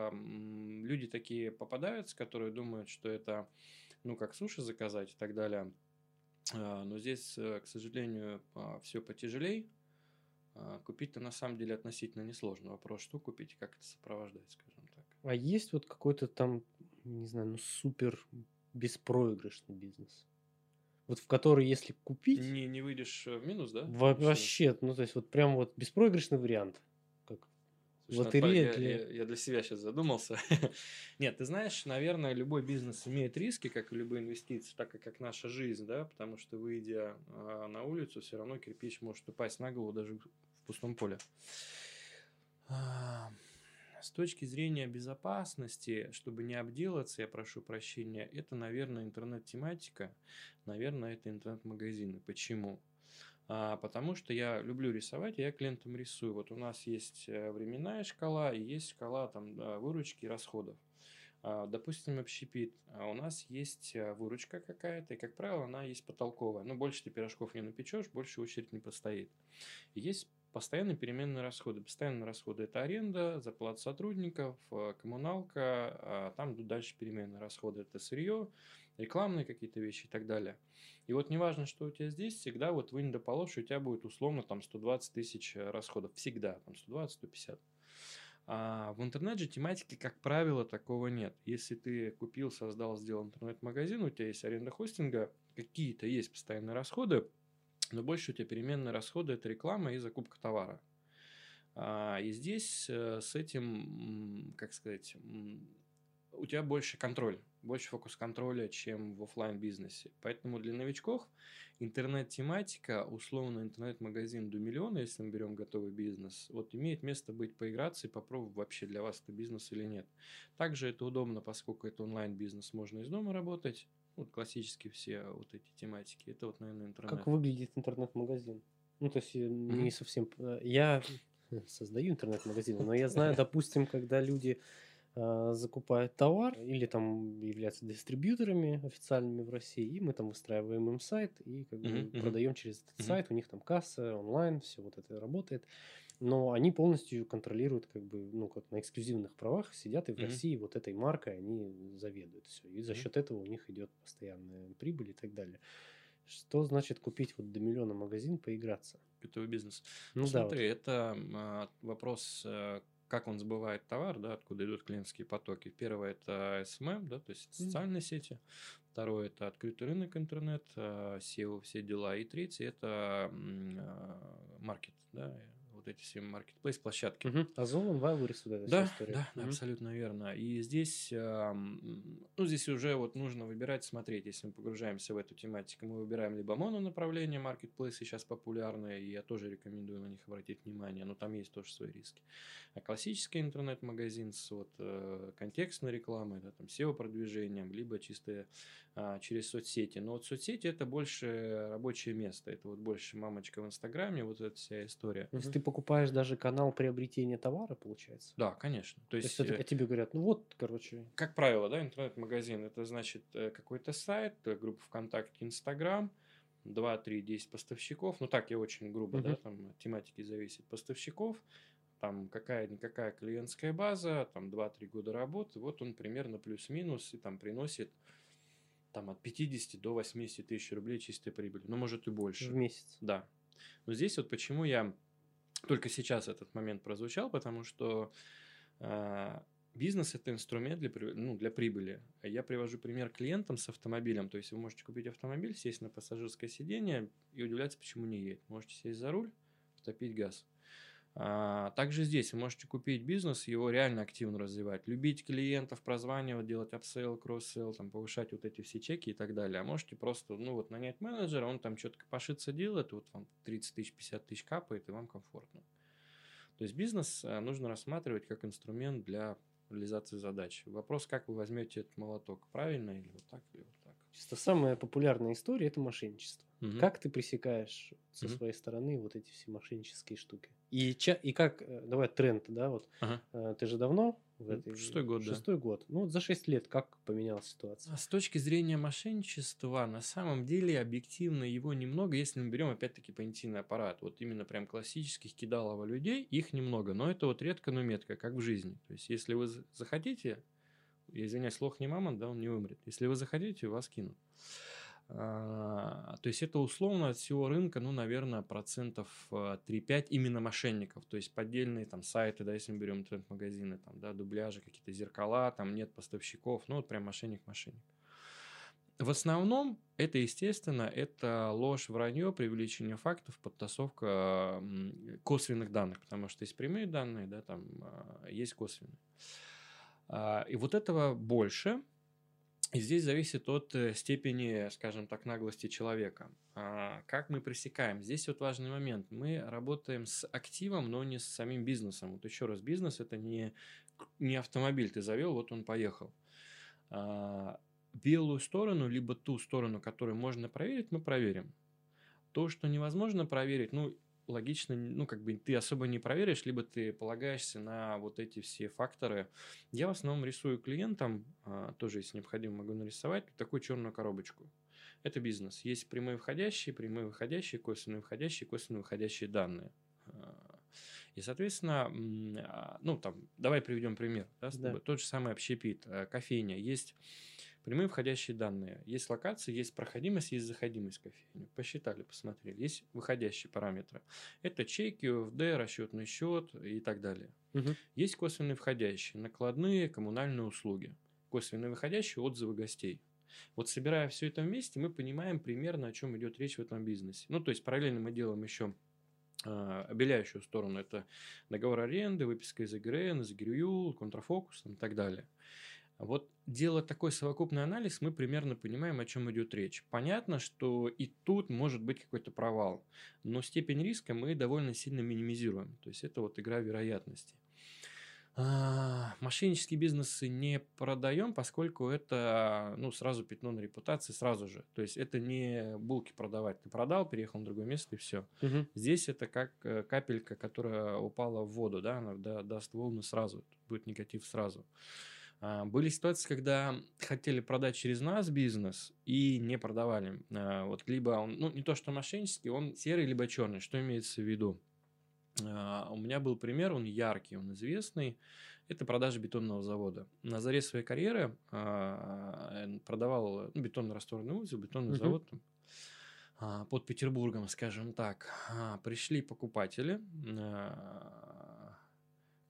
м, люди такие попадаются, которые думают, что это, ну, как суши заказать и так далее. А, Но здесь, э, к сожалению, все потяжелей. А, Купить-то на самом деле относительно несложно. Вопрос, что купить и как это сопровождать, скажем так. А есть вот какой-то там, не знаю, ну супер беспроигрышный бизнес? Вот в который, если купить, Не, не выйдешь э, в минус, да? во- Или что? вообще, ну то есть вот прям вот беспроигрышный вариант. Как Слушай, надо по- лотерея я, для... я, я для себя сейчас задумался. Нет, ты знаешь, наверное, любой бизнес имеет риски, как и любые инвестиции, так и как наша жизнь, да, потому что, выйдя а, на улицу, все равно кирпич может упасть на голову даже в пустом поле. А, С точки зрения безопасности, чтобы не обделаться, я прошу прощения, это, наверное, интернет-тематика, наверное, это интернет-магазины. Почему? А, потому что я люблю рисовать, и я клиентам рисую. Вот у нас есть э, временная шкала и есть шкала там, да, выручки и расходов. А, Допустим, общепит. А У нас есть э, выручка какая-то, и, как правило, она есть потолковая. Ну, больше ты пирожков не напечешь, больше очередь не постоит. И есть постоянные переменные расходы. Постоянные расходы– это аренда, зарплата сотрудников, э, коммуналка, а там идут дальше переменные расходы– это сырье, рекламные какие-то вещи и так далее. И вот неважно, что у тебя здесь, всегда вот вынь да положь, у тебя будет условно там сто двадцать тысяч э, расходов. Всегда, там сто двадцать сто пятьдесят. А в интернет же тематики, как правило, такого нет. Если ты купил, создал, сделал интернет-магазин, у тебя есть аренда хостинга, какие-то есть постоянные расходы, но больше у тебя переменные расходы– это реклама и закупка товара. А, И здесь э, с этим, м, как сказать, м, у тебя больше контроль, больше фокус контроля, чем в оффлайн бизнесе. Поэтому для новичков интернет-тематика, условно интернет-магазин до миллиона, если мы берем готовый бизнес, вот имеет место быть, поиграться и попробовать вообще для вас это бизнес или нет. Также это удобно, поскольку это онлайн-бизнес, можно из дома работать. Вот классические все вот эти тематики. Это вот, наверное, интернет. Как выглядит интернет-магазин? Ну, то есть э, не Мгм. совсем... э, Я создаю интернет-магазины, но я знаю, допустим, когда люди а, закупают товар или там являются дистрибьюторами официальными в России, и мы там выстраиваем им сайт и как Мгм, бы мгм, продаем через этот мгм. сайт, у них там касса, онлайн, все вот это работает. Но они полностью контролируют, как бы, ну, как на эксклюзивных правах сидят и в Мгм. России вот этой маркой они заведуют все. И за Мгм. счет этого у них идет постоянная прибыль и так далее. Что значит купить вот до миллиона магазин, поиграться? Готовый бизнес. Ну, Ну да, вот. смотри, это м, а, вопрос э, как он сбывает товар, да, откуда идут клиентские потоки. Первое – это эс эм эм, да, то есть М. социальные сети. Второе – это открытый рынок, интернет, а, сео, все дела. И третье – это м, а, маркет, да, вот эти все маркетплейс-площадки. Мгм. Озон, Вайлдберрис, вот эта вся Да, история. да, да, Мгм. абсолютно верно. И здесь, ам, ну, здесь уже вот нужно выбирать, смотреть, если мы погружаемся в эту тематику, мы выбираем либо мононаправление, маркетплейсы сейчас популярные, и я тоже рекомендую на них обратить внимание, но там есть тоже свои риски. А классический интернет-магазин с вот э, контекстной рекламой, да, там сео-продвижением, либо чисто а, через соцсети. Но вот соцсети это больше рабочее место, это вот больше мамочка в Инстаграме, вот эта вся история. То есть Мгм. ты покупаешь даже канал приобретения товара, получается? Да, конечно. То То есть есть это э, тебе говорят, ну вот, короче. как правило, да, интернет-магазин – это значит э, какой-то сайт, э, группа ВКонтакте, Инстаграм, два, три, десять поставщиков. Ну, так я очень грубо, да, Мгм. там от тематики зависит поставщиков. Там какая-никакая клиентская база, там два-три года работы. Вот он примерно плюс-минус и там приносит там от пятидесяти до восьмидесяти тысяч рублей чистой прибыли. Ну, может и В больше. месяц. Да. Но здесь вот почему я только сейчас этот момент прозвучал, потому что а, бизнес – это инструмент для, при- ну, для прибыли. Я привожу пример клиентам с автомобилем. То есть вы можете купить автомобиль, сесть на пассажирское сиденье и удивляться, почему не едет. Можете сесть за руль, втопить газ. А, также здесь вы можете купить бизнес, его реально активно развивать, любить клиентов, прозванивать, делать апсейл, кросс-сейл, там, повышать вот эти все чеки и так далее. А можете просто, ну вот, нанять менеджера, он там что-то копошится делает, вот вам тридцать тысяч, пятьдесят тысяч капает, и вам комфортно. То есть бизнес а, нужно рассматривать как инструмент для реализации задач. Вопрос, как вы возьмете этот молоток, правильно или вот так, или вот так. Чисто самая популярная история – это мошенничество. Мгм. Как ты пресекаешь со Мгм. своей стороны вот эти все мошеннические штуки? И, ча- и как, э, давай тренд, да, вот Ага. э, ты же давно в М, этой, Шестой год, да. шестой год, ну вот за шесть лет как поменялась ситуация? А с точки зрения мошенничества, на самом деле объективно его немного, если мы берем опять-таки понятийный аппарат. Вот именно прям классических кидалово людей, их немного, но это вот редко, но метко, как в жизни. То есть, если вы за- захотите, я извиняюсь, лох не мамонт, да, он не умрет. Если вы захотите, вас кинут. А, то есть это условно от всего рынка, ну, наверное, процентов а, три-пять именно мошенников. То есть поддельные там сайты, да, если мы берем интернет-магазины, там, да, дубляжи, какие-то зеркала, там нет поставщиков, ну, вот прям мошенник-мошенник. В основном это, естественно, это ложь, вранье, привлечение фактов, подтасовка м, косвенных данных, потому что есть прямые данные, да, там а, есть косвенные. А, И вот этого больше, и здесь зависит от э, степени, скажем так, наглости человека. А, Как мы пресекаем? Здесь вот важный момент. Мы работаем с активом, но не с самим бизнесом. Вот еще раз, бизнес – это не, к- не автомобиль ты завел, вот он поехал. А, Белую сторону, либо ту сторону, которую можно проверить, мы проверим. То, что невозможно проверить, ну, логично, ну, как бы ты особо не проверишь, либо ты полагаешься на вот эти все факторы. Я в основном рисую клиентам, а, тоже, если необходимо, могу нарисовать такую черную коробочку. Это бизнес. Есть прямые входящие, прямые выходящие, косвенные входящие, косвенные выходящие данные. А, И, соответственно, м, а, ну, там, давай приведем пример, да, с Да. тобой. Тот же самый общепит, э, кофейня. Есть прямые входящие данные. Есть локации, есть проходимость, есть заходимость кофейни. Посчитали, посмотрели. Есть выходящие параметры. Это чеки, ОФД, расчетный счет и так далее. Мгм. Есть косвенные входящие, накладные, коммунальные услуги. Косвенные выходящие, отзывы гостей. Вот собирая все это вместе, мы понимаем примерно, о чем идет речь в этом бизнесе. Ну, то есть параллельно мы делаем еще а, обеляющую сторону. Это договор аренды, выписка из ИГРН, из ГРЮ, контрафокус и так далее. Вот делая такой совокупный анализ, мы примерно понимаем, о чем идет речь. Понятно, что и тут может быть какой-то провал, но степень риска мы довольно сильно минимизируем. То есть это вот игра вероятности. А, Мошеннические бизнесы не продаем, поскольку это, ну, сразу пятно на репутации, сразу же. То есть это не булки продавать. Ты продал, переехал на другое место и все. Мгм. Здесь это как э, капелька, которая упала в воду, да, она да- даст волны сразу, будет негатив сразу. А, Были ситуации, когда хотели продать через нас бизнес и не продавали. А, Вот либо он, ну, не то что мошеннический, он серый, либо черный. Что имеется в виду? А, У меня был пример, он яркий, он известный. Это продажа бетонного завода. На заре своей карьеры а, э, продавал ну, бетонно-растворный узел, бетонный Мгм. завод там, а, под Петербургом, скажем так. А, Пришли покупатели. а,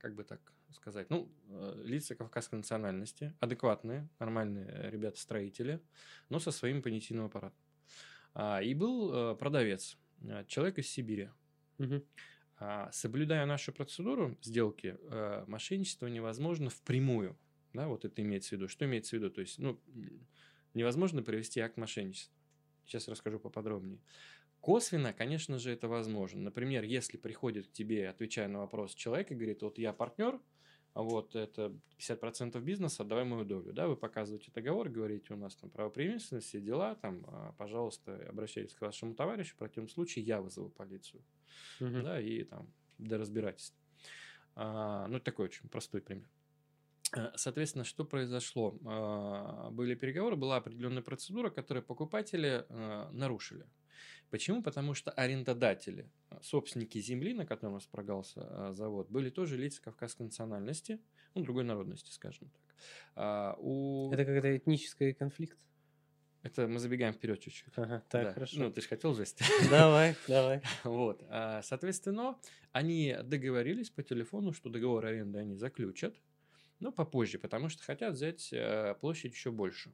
как бы так сказать, ну, э, лица кавказской национальности, адекватные, нормальные ребята-строители, но со своим понятийным аппаратом. А, И был э, продавец, э, человек из Сибири. Мгм. А, Соблюдая нашу процедуру сделки, э, мошенничество невозможно впрямую. Да, вот это имеется в виду. Что имеется в виду? То есть, ну, м, невозможно провести акт мошенничества. Сейчас расскажу поподробнее. Косвенно, конечно же, это возможно. Например, если приходит к тебе, отвечая на вопрос, человек и говорит, вот я партнер, а вот это пятьдесят процентов бизнеса, давай мою долю. Да, вы показываете договор, говорите, у нас там правопреемственность, все дела, там, а, пожалуйста, обращайтесь к вашему товарищу, в противном случае я вызову полицию. Мгм. Да, и там до разбирательства. А, ну, такой очень простой пример. Э, Соответственно, что произошло? А, Были переговоры, была определенная процедура, которую покупатели э, нарушили. Почему? Потому что арендодатели, э, собственники земли, на котором располагался э, завод, были тоже лица кавказской национальности, ну, другой народности, скажем так. А, у... Это какой-то этнический конфликт? Это мы забегаем вперед чуть-чуть. Ага, так, Да. хорошо. Ну, ты же хотел жесть. Давай, давай. Вот. А, Соответственно, они договорились по телефону, что договор аренды они заключат, но попозже, потому что хотят взять э, площадь еще больше.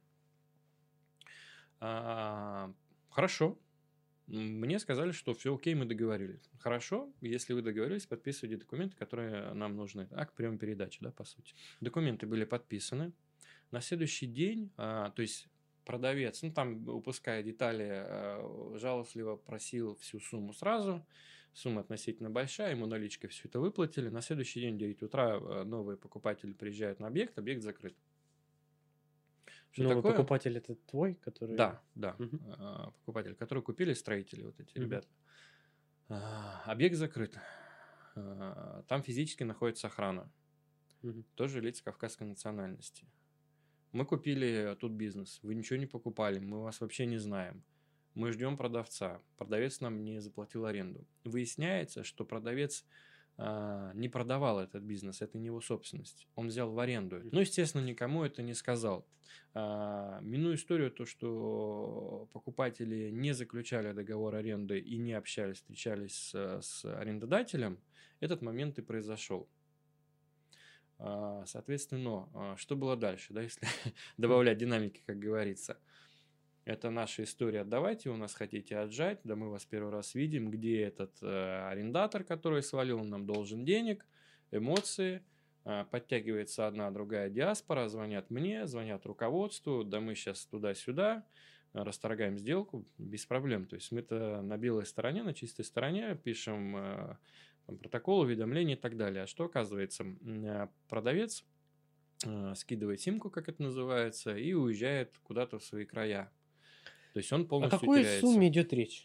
А, Хорошо. М, Мне сказали, что все окей, мы договорились. Хорошо, если вы договорились, подписывайте документы, которые нам нужны. Акт приема передачи, да, по сути. Документы были подписаны. На следующий день, а, то есть продавец, ну там, упуская детали, а, жалостливо просил всю сумму сразу. Сумма относительно большая, ему наличкой все это выплатили. На следующий день в девять утра а, новые покупатели приезжают на объект, объект закрыт. Что Новый такое? покупатель это твой, который... Да, да, Мгм. а, покупатель, который купили строители, вот эти Мгм. ребята. А, Объект закрыт. А, Там физически находится охрана, Мгм. тоже лица кавказской национальности. Мы купили тут бизнес, вы ничего не покупали, мы вас вообще не знаем. Мы ждем продавца, продавец нам не заплатил аренду. Выясняется, что продавец а, не продавал этот бизнес, это не его собственность. Он взял в аренду. Мгм. Ну, естественно, никому это не сказал. А, Минуя историю, то, что покупатели не заключали договор аренды и не общались, встречались с, с арендодателем, этот момент и произошел. А, Соответственно, а, что было дальше, да, если добавлять динамики, как говорится. Это наша история. Давайте, у нас хотите отжать, да мы вас первый раз видим, где этот э, арендатор, который свалил, он нам должен денег, эмоции, э, подтягивается одна, другая диаспора, звонят мне, звонят руководству, да мы сейчас туда-сюда, э, расторгаем сделку без проблем. То есть мы-то на белой стороне, на чистой стороне пишем э, там, протокол, уведомления и так далее. А что оказывается? М, э, Продавец э, скидывает симку, как это называется, и уезжает куда-то в свои края. То есть он О полностью какой теряется. сумме идет речь?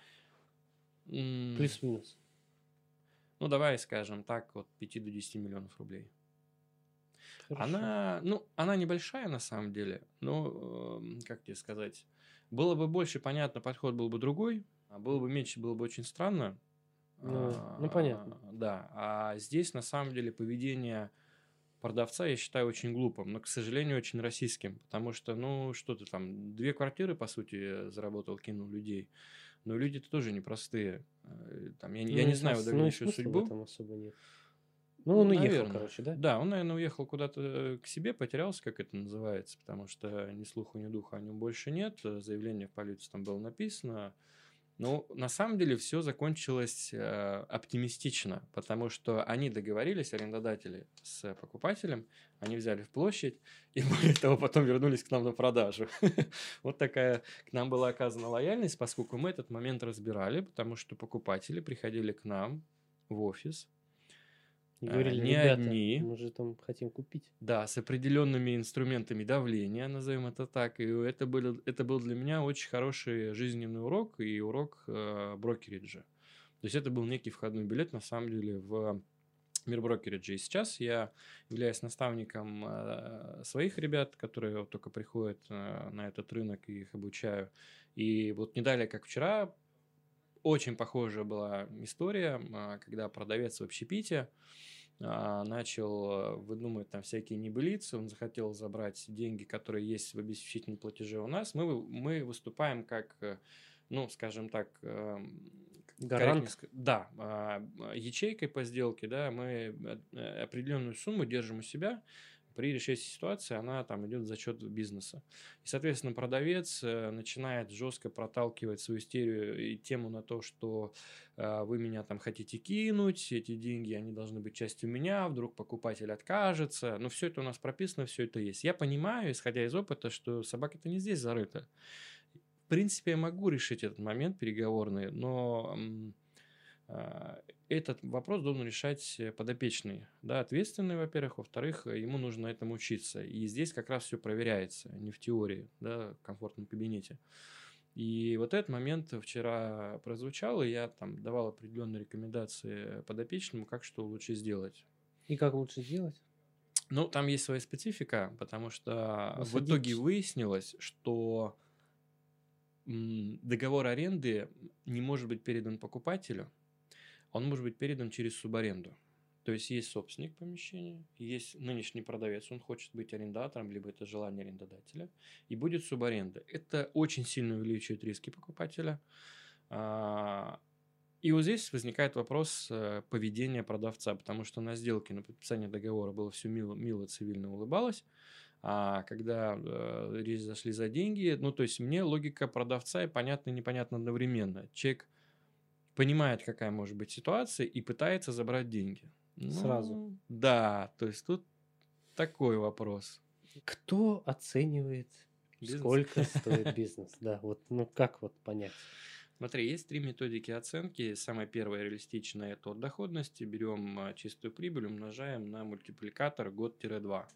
М, Плюс-минус. Ну, давай скажем так, от пяти до десяти миллионов рублей. Хорошо. Она, ну, она небольшая на самом деле, но, эм, как тебе сказать, было бы больше, понятно, подход был бы другой, а было бы меньше, было бы очень странно. Ну, ну, А, понятно. Да, а здесь на самом деле поведение продавца я считаю очень глупым, но, к сожалению, очень российским, потому что, ну, что ты там, две квартиры, по сути, заработал, кинул людей, но люди-то тоже непростые. Э, Там, я, не- я Ну, не и знаю смыс- в ну и дальнейшую смысла в судьбу. этом особо нет. Ну, он уехал, Наверное. короче, да? Да, он, наверное, уехал куда-то э, к себе, потерялся, как это называется, потому что ни слуху, ни духа о нем больше нет. Э, Заявление в полицию там было написано. Ну, на самом деле все закончилось э, оптимистично, потому что они договорились, арендодатели, с покупателем, они взяли в площадь и, более того, потом вернулись к нам на продажу. Вот такая к нам была оказана лояльность, поскольку мы этот момент разбирали, потому что покупатели приходили к нам в офис, И э, говорили, не ребята, одни, мы же там хотим купить. да, с определенными инструментами давления, назовем это так. И это, было, это был для меня очень хороший жизненный урок и урок э, брокериджа. То есть это был некий входной билет, на самом деле, в мир брокериджа. И сейчас я являюсь наставником э, своих ребят, которые вот только приходят э, на этот рынок и их обучаю. И вот не далее, как вчера, очень похожая была история, э, когда продавец в общепите а, начал э, выдумывать там всякие небылицы, он захотел забрать деньги, которые есть в обеспечительном платеже у нас. Мы, вы- мы выступаем как, э, ну, скажем так, эм, как Гарант. ска- да, а, а, ячейкой по сделке, да, мы э, э, определенную сумму держим у себя. При решении ситуации она там идет за счет бизнеса. И, соответственно, продавец э, начинает жестко проталкивать свою истерию и тему на то, что э, вы меня там хотите кинуть, эти деньги, они должны быть частью меня, вдруг покупатель откажется. Ну, все это у нас прописано, все это есть. Я понимаю, исходя из опыта, что собака-то не здесь зарыта. В принципе, я могу решить этот момент переговорный, но м, а, этот вопрос должен решать э, подопечный, да, ответственный, во-первых, во-вторых, э, ему нужно этому учиться. И здесь как раз все проверяется, не в теории, да, в комфортном кабинете. И вот этот момент вчера прозвучал, и я там давал определенные рекомендации подопечному, как что лучше сделать. И как лучше сделать? Ну, там есть своя специфика, потому что Ну, в итоге садитесь. выяснилось, что м, договор аренды не может быть передан покупателю, он может быть передан через субаренду. То есть есть собственник помещения, есть нынешний продавец, он хочет быть арендатором, либо это желание арендодателя, и будет субаренда. Это очень сильно увеличивает риски покупателя. А, И вот здесь возникает вопрос э, поведения продавца, потому что на сделке, на подписании договора было все мило, мило цивильно улыбалось, а когда э, речь зашли за деньги, ну, то есть мне логика продавца и понятна и непонятна одновременно. Человек понимает, какая может быть ситуация, и пытается забрать деньги. Сразу. Ну, да, то есть тут такой вопрос. Кто оценивает, Бизнес. сколько стоит бизнес? Да, вот, ну как вот понять? Смотри, есть три методики оценки. Самая первая реалистичная – это от доходности. Берем а, чистую прибыль, умножаем на мультипликатор год-два.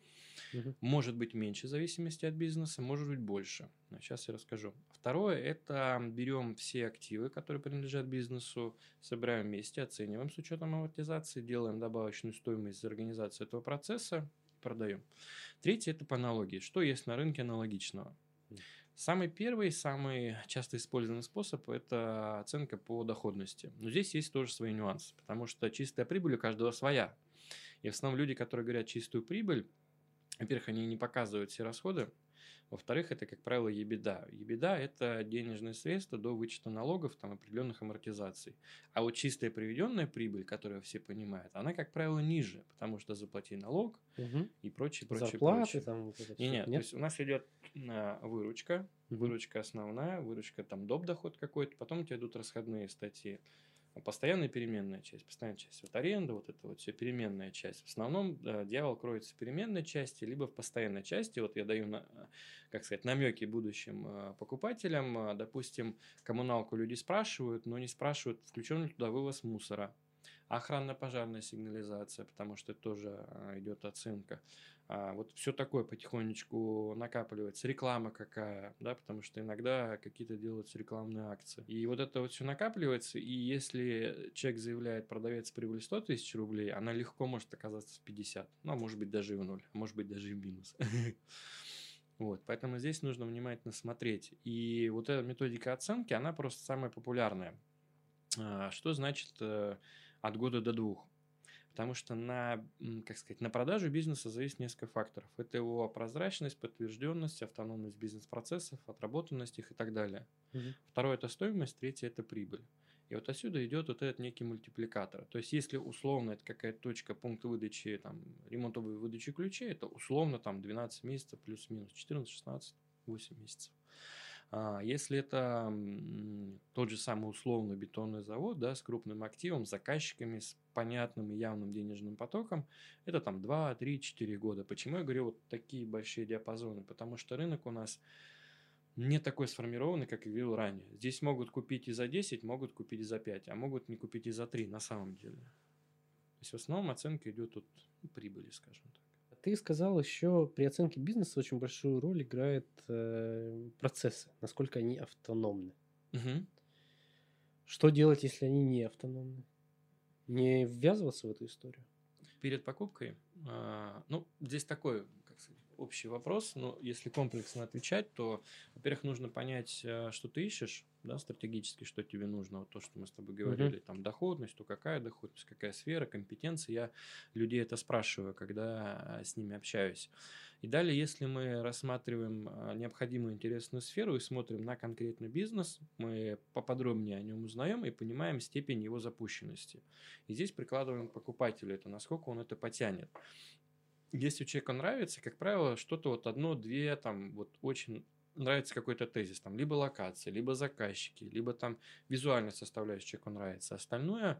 Мгм. Может быть меньше в зависимости от бизнеса, может быть больше. Сейчас я расскажу. Второе – это берем все активы, которые принадлежат бизнесу, собираем вместе, оцениваем с учетом амортизации, делаем добавочную стоимость за организацию этого процесса, продаем. Третье – это по аналогии. Что есть на рынке аналогичного? Мгм. Самый первый, самый часто использованный способ – это оценка по доходности. Но здесь есть тоже свои нюансы, потому что чистая прибыль у каждого своя. И в основном люди, которые говорят чистую прибыль, во-первых, они не показывают все расходы. Во-вторых, это, как правило, ебеда. Ебеда – это денежные средства до вычета налогов, там, определенных амортизаций. А вот чистая приведенная прибыль, которую все понимают, она, как правило, ниже, потому что заплати налог Мгм. и прочее, прочее, Зарплаты прочее. там вот это Не, всё. нет, то Нет? есть у нас идет а, выручка, Мгм. выручка основная, выручка там доп. Доход какой-то, потом у тебя идут расходные статьи. А Постоянная переменная часть, постоянная часть, вот аренда, вот это вот все переменная часть. В основном э, дьявол кроется в переменной части, либо в постоянной части. Вот я даю, на, э, как сказать, намеки будущим э, покупателям. Э, Допустим, коммуналку люди спрашивают, но не спрашивают, включен ли туда вывоз мусора. Охранно-пожарная сигнализация, потому что это тоже а, идет оценка. А, вот все такое потихонечку накапливается. Реклама какая, да, потому что иногда какие-то делаются рекламные акции. И вот это вот все накапливается, и если человек заявляет, продавец прибыль сто тысяч рублей, она легко может оказаться в пятьдесят, ну, а может быть даже и в ноль, а может быть даже и в минус. Вот, поэтому здесь нужно внимательно смотреть. И вот эта методика оценки, она просто самая популярная. А, Что значит э, от года до двух? Потому что на, м, как сказать, на продажу бизнеса зависит несколько факторов. Это его прозрачность, подтвержденность, автономность бизнес-процессов, отработанность их и так далее. Мгм. Второе – это стоимость, третье – это прибыль. И вот отсюда идет вот этот некий мультипликатор. То есть, если условно это какая-то точка, пункт выдачи, там, ремонтовой выдачи ключей, это условно там двенадцать месяцев плюс-минус, четырнадцать, шестнадцать, восемь месяцев. А Если это м, тот же самый условный бетонный завод, да, с крупным активом, с заказчиками, с понятным и явным денежным потоком, это там два, три, четыре года. Почему я говорю вот такие большие диапазоны? Потому что рынок у нас не такой сформированный, как я говорил ранее. Здесь могут купить и за десять, могут купить и за пять, а могут не купить и за три на самом деле. То есть в основном оценка идет от прибыли, скажем так. Ты сказал еще, при оценке бизнеса очень большую роль играют э, процессы, насколько они автономны. Мгм. Что делать, если они не автономны? Не ввязываться в эту историю? Перед покупкой, а, ну, здесь такой, как сказать, общий вопрос, но если комплексно отвечать, то, во-первых, нужно понять, э, что ты ищешь, да, стратегически, что тебе нужно, вот то, что мы с тобой Мгм. говорили, там, доходность, то какая доходность, какая сфера, компетенции. Я людей это спрашиваю, когда э, с ними общаюсь. И далее, если мы рассматриваем э, необходимую интересную сферу и смотрим на конкретный бизнес, мы поподробнее о нем узнаем и понимаем степень его запущенности. И здесь прикладываем к покупателю это, насколько он это потянет. Если человеку нравится, как правило, что-то вот одно-две, там, вот очень нравится какой-то тезис, там, либо локация, либо заказчики, либо там визуальная составляющая человеку нравится. Остальное,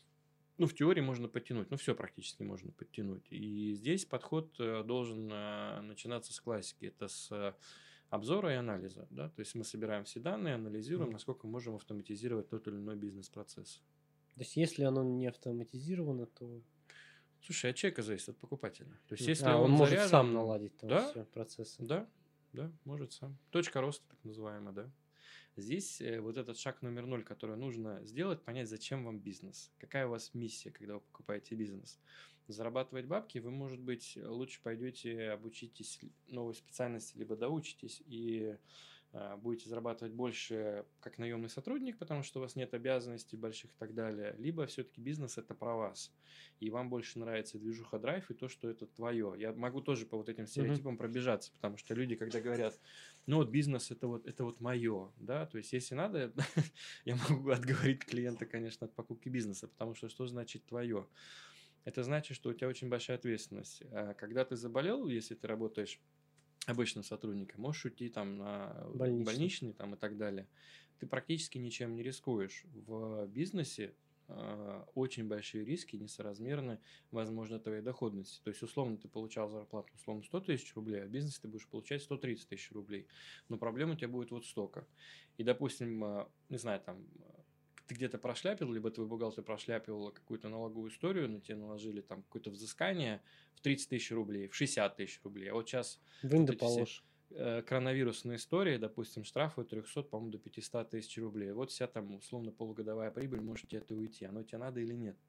ну, в теории можно подтянуть, ну, все практически можно подтянуть. И здесь подход э, должен э, начинаться с классики, это с э, обзора и анализа, да, то есть мы собираем все данные, анализируем, Мгм. насколько можем автоматизировать тот или иной бизнес-процесс. То есть, если оно не автоматизировано, то... Слушай, от человека зависит, от покупателя. То есть, М. если А, он он может сам заряжен, наладить там да, все процессы. да, да, может сам. Точка роста, так называемая, да. Здесь э, вот этот шаг номер ноль, который нужно сделать, понять, зачем вам бизнес, какая у вас миссия, когда вы покупаете бизнес. Зарабатывать бабки вы, может быть, лучше пойдете обучитесь новой специальности, либо доучитесь и а, будете зарабатывать больше как наемный сотрудник, потому что у вас нет обязанностей больших и так далее, либо все-таки бизнес это про вас, и вам больше нравится движуха драйв и то, что это твое. Я могу тоже по вот этим Мгм. стереотипам пробежаться, потому что люди, когда говорят, ну вот бизнес это вот, это вот мое, да, то есть если надо, я могу отговорить клиента, конечно, от покупки бизнеса, потому что что значит твое? Это значит, что у тебя очень большая ответственность. А Когда ты заболел, если ты работаешь обычным сотрудником, можешь уйти там на Больничный. больничный там и так далее. Ты практически ничем не рискуешь. В бизнесе э, очень большие риски несоразмерны, возможно, твоей доходности. То есть, условно, ты получал зарплату, условно, сто тысяч рублей, а в бизнесе ты будешь получать сто тридцать тысяч рублей. Но проблема у тебя будет вот столько. И, допустим, э, не знаю, там, э, ты где-то прошляпил, либо твой бухгалтер прошляпил какую-то налоговую историю, на тебя наложили там какое-то взыскание в тридцать тысяч рублей, в шестьдесят тысяч рублей. А вот сейчас Вынь вот да эти все положь. э, коронавирусные истории, допустим, штрафы от трехсот, по-моему, до пятисот тысяч рублей. Вот вся там условно полугодовая прибыль может тебе это уйти. Оно тебе надо или нет?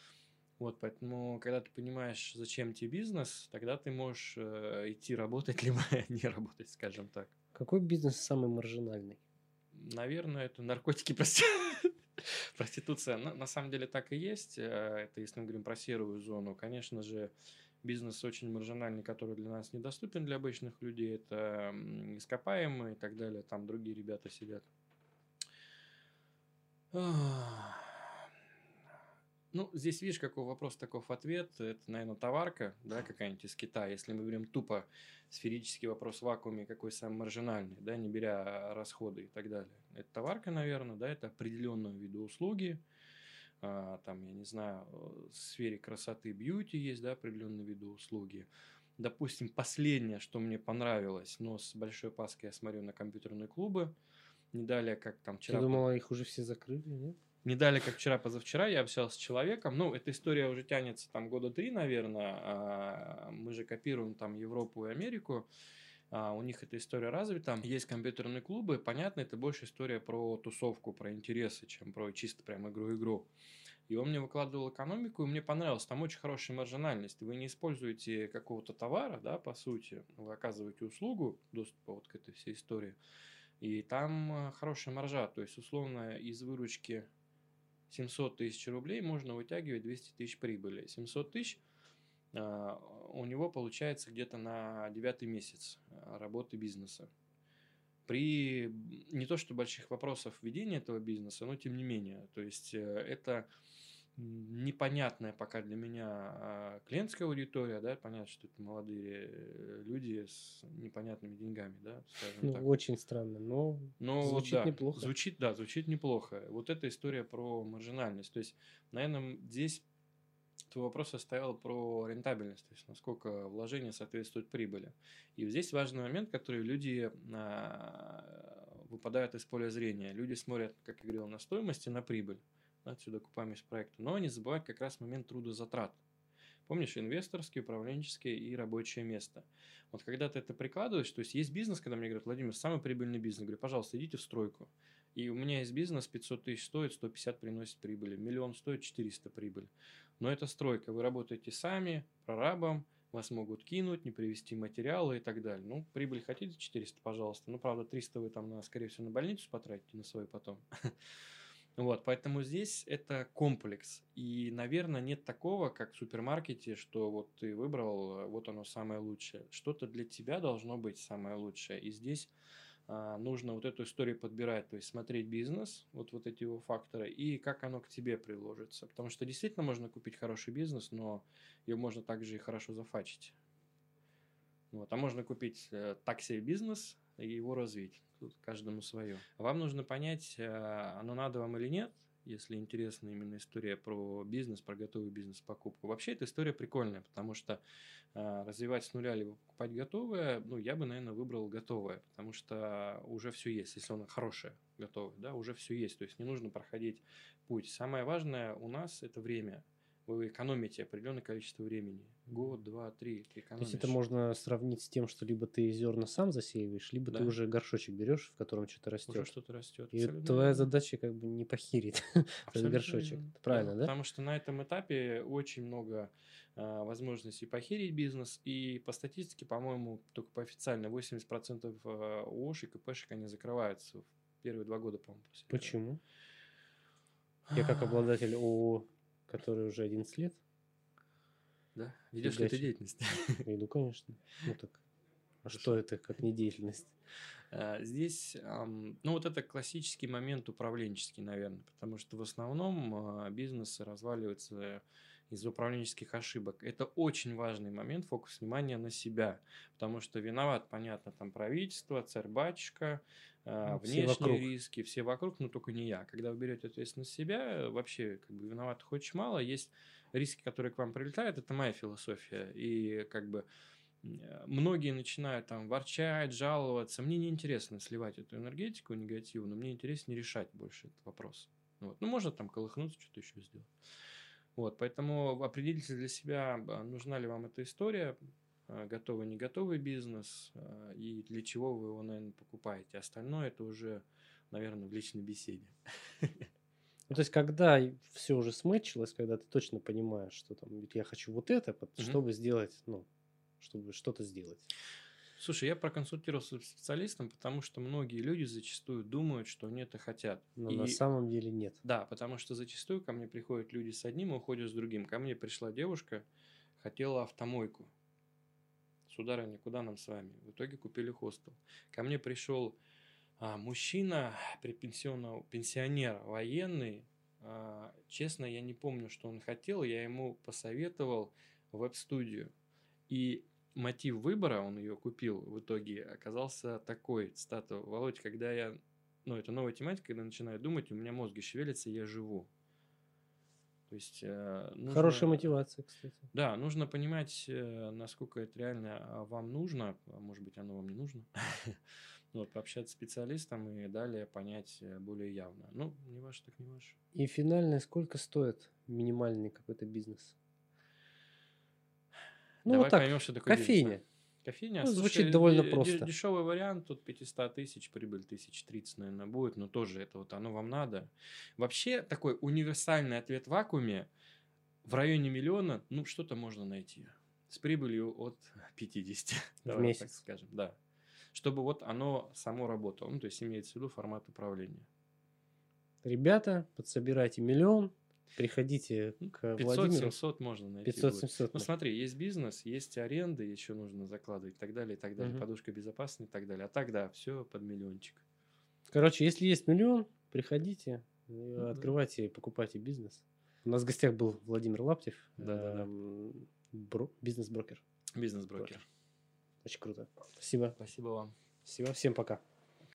Вот, поэтому, когда ты понимаешь, зачем тебе бизнес, тогда ты можешь э, идти работать, либо не работать, скажем так. Какой бизнес самый маржинальный? Наверное, это наркотики, прости- проституция. На, на самом деле так и есть. Э, Это если мы говорим про серую зону. Конечно же, бизнес очень маржинальный, который для нас недоступен для обычных людей. Это м, ископаемые и так далее. Там другие ребята сидят. Ах. Ну, здесь видишь, какой вопрос, таков ответ. Это, наверное, товарка, да, какая-нибудь из Китая. Если мы берем тупо сферический вопрос в вакууме, какой самый маржинальный, да, не беря расходы и так далее. Это товарка, наверное, да, это определенного вида услуги. А, там, я не знаю, в сфере красоты, бьюти есть, да, определенные виды услуги. Допустим, последнее, что мне понравилось, но с большой опаской я смотрю на компьютерные клубы. Не далее, как там Я вчера... думала, их уже все закрыли, нет? Не далее, как вчера-позавчера, я общался с человеком. Ну, эта история уже тянется там года три, наверное. А мы же копируем там Европу и Америку. А у них эта история развита. Есть компьютерные клубы. Понятно, это больше история про тусовку, про интересы, чем про чисто прям игру-игру. И он мне выкладывал экономику, и мне понравилось. Там очень хорошая маржинальность. Вы не используете какого-то товара, да, по сути. Вы оказываете услугу доступа вот к этой всей истории. И там э, хорошая маржа. То есть, условно, из выручки семьсот тысяч рублей можно вытягивать двести тысяч прибыли. семьсот тысяч а, у него получается где-то на девятый месяц а, работы бизнеса. При не то что больших вопросов ведения этого бизнеса, но тем не менее. То есть э, это м, непонятная пока для меня а, клиентская аудитория, да, понятно, что это молодые э, люди с непонятными деньгами, да, скажем Ну, так. очень странно, но Но вот звучит да, неплохо. звучит, да, звучит неплохо. Вот эта история про маржинальность. То есть, наверное, здесь твой вопрос состоял про рентабельность, то есть насколько вложение соответствует прибыли. И вот здесь важный момент, который люди а, выпадают из поля зрения. Люди смотрят, как я говорил, на стоимость и на прибыль. Отсюда окупаемость проекта. Но они забывают как раз момент трудозатрат. Помнишь, инвесторские, управленческие и рабочее место. Вот когда ты это прикладываешь, то есть есть бизнес, когда мне говорят, Владимир, самый прибыльный бизнес. Я говорю, пожалуйста, идите в стройку. И у меня есть бизнес, пятьсот тысяч стоит, сто пятьдесят приносит прибыли, миллион стоит, четыреста прибыль. Но это стройка, вы работаете сами, прорабом, вас могут кинуть, не привести материалы и так далее. Ну, прибыль хотите четыреста, пожалуйста. Ну, правда, триста вы там, на, скорее всего, на больницу потратите, на свой потом. Вот, поэтому здесь это комплекс. И, наверное, нет такого, как в супермаркете, что вот ты выбрал, вот оно самое лучшее. Что-то для тебя должно быть самое лучшее. И здесь а, нужно вот эту историю подбирать, то есть смотреть бизнес, вот, вот эти его факторы, и как оно к тебе приложится. Потому что действительно можно купить хороший бизнес, но его можно также и хорошо зафачить. Вот. А можно купить э, так себе бизнес и его развить. Тут каждому свое. Вам нужно понять, э, оно надо вам или нет, если интересна именно история про бизнес, про готовый бизнес-покупку. Вообще эта история прикольная, потому что э, развивать с нуля либо покупать готовое, ну, я бы, наверное, выбрал готовое, потому что уже все есть, если оно хорошее, готовое, да, уже все есть, то есть не нужно проходить путь. Самое важное у нас – это время. Вы экономите определенное количество времени. Год, два, три, ты То есть это экономишь. можно сравнить с тем, что либо ты зерна сам засеиваешь, либо ты Да, уже горшочек берешь, в котором что-то уже растет. что-то растет. И вот Абсолютно твоя верно. задача как бы не похерить этот Абсолютно горшочек. верно. Это правильно, Да, да? потому что на этом этапе очень много а, возможностей похерить бизнес. И по статистике, по-моему, только по официальной восемьдесят процентов а, ООшек и ПЭшек, они закрываются в первые два года, по-моему, после этого. Почему? Я как обладатель ООО, который уже одиннадцать лет, Да? Ведешь ли ты фигачит. деятельность? Иду, конечно. Ну так, а что это, как не деятельность? А, Здесь, ам, ну, вот это классический момент управленческий, наверное, потому что в основном а, бизнесы разваливаются из-за управленческих ошибок. Это очень важный момент, фокус внимания на себя, потому что виноват, понятно, там правительство, царь-батюшка, а, Ну, все внешние вокруг. риски, все вокруг, но только не я. Когда вы берете ответственность на себя, вообще как бы виноватых очень мало, есть риски, которые к вам прилетают, это моя философия, и как бы Э, многие начинают там ворчать, жаловаться. Мне неинтересно сливать эту энергетику негативную, мне интереснее решать больше этот вопрос. Вот. Ну, можно там колыхнуться, что-то еще сделать. Вот, поэтому определите для себя, а, нужна ли вам эта история, а, готовый, не готовый бизнес, а, и для чего вы его, наверное, покупаете. Остальное это уже, наверное, в личной беседе. Ну, то есть, когда все уже смычилось, когда ты точно понимаешь, что там, ведь я хочу вот это, под- Мгм. чтобы сделать, ну, чтобы что-то сделать. Слушай, я проконсультировался с специалистом, потому что многие люди зачастую думают, что они это хотят. Но на И самом деле нет. да, потому что зачастую ко мне приходят люди с одним и уходят с другим. Ко мне пришла девушка, хотела автомойку. Сударыня, куда нам с вами? В итоге купили хостел. Ко мне пришел а, мужчина, предпенсионного пенсионер, военный. А, честно, я не помню, что он хотел. Я ему посоветовал веб-студию. И мотив выбора, он ее купил в итоге, оказался такой, цитата: «Володь, когда я, ну, это новая тематика, когда начинаю думать, у меня мозги шевелятся, и я живу». То есть э, Хорошая нужно, мотивация, кстати. да, нужно понимать, э, насколько это реально а, вам нужно, а может быть, оно вам не нужно. Вот, пообщаться с специалистом и далее понять э, более явно. Ну, не ваше, так не ваше. И финальное, сколько стоит минимальный какой-то бизнес? Ну, Давай вот так, поймем, что такое бизнес, да. кофейня. Кофейня, Ну, звучит слушай, довольно де- де- просто. дешевый вариант, тут пятьсот тысяч, прибыль тысяч тридцать, наверное, будет, но тоже это вот оно вам надо. Вообще, такой универсальный ответ в вакууме в районе миллиона, ну, что-то можно найти. С прибылью от пятидесяти, В давай так месяц. скажем, да. Чтобы вот оно само работало, ну, то есть имеется в виду формат управления. Ребята, подсобирайте миллион, приходите к Владимиру. пятьсот-семьсот можно найти. будет. пятьсот-семьсот. Ну, смотри, есть бизнес, есть аренды, еще нужно закладывать и так далее, и так далее, Мгм. подушка безопасности и так далее. А так, да, все под миллиончик. Короче, если есть миллион, приходите, э, Ну, да. открывайте и покупайте бизнес. У нас в гостях был Владимир Лаптев, Да-да-да. эм, бро- бизнес-брокер. Бизнес-брокер. Очень круто. Спасибо. Спасибо вам. Спасибо. Всем пока.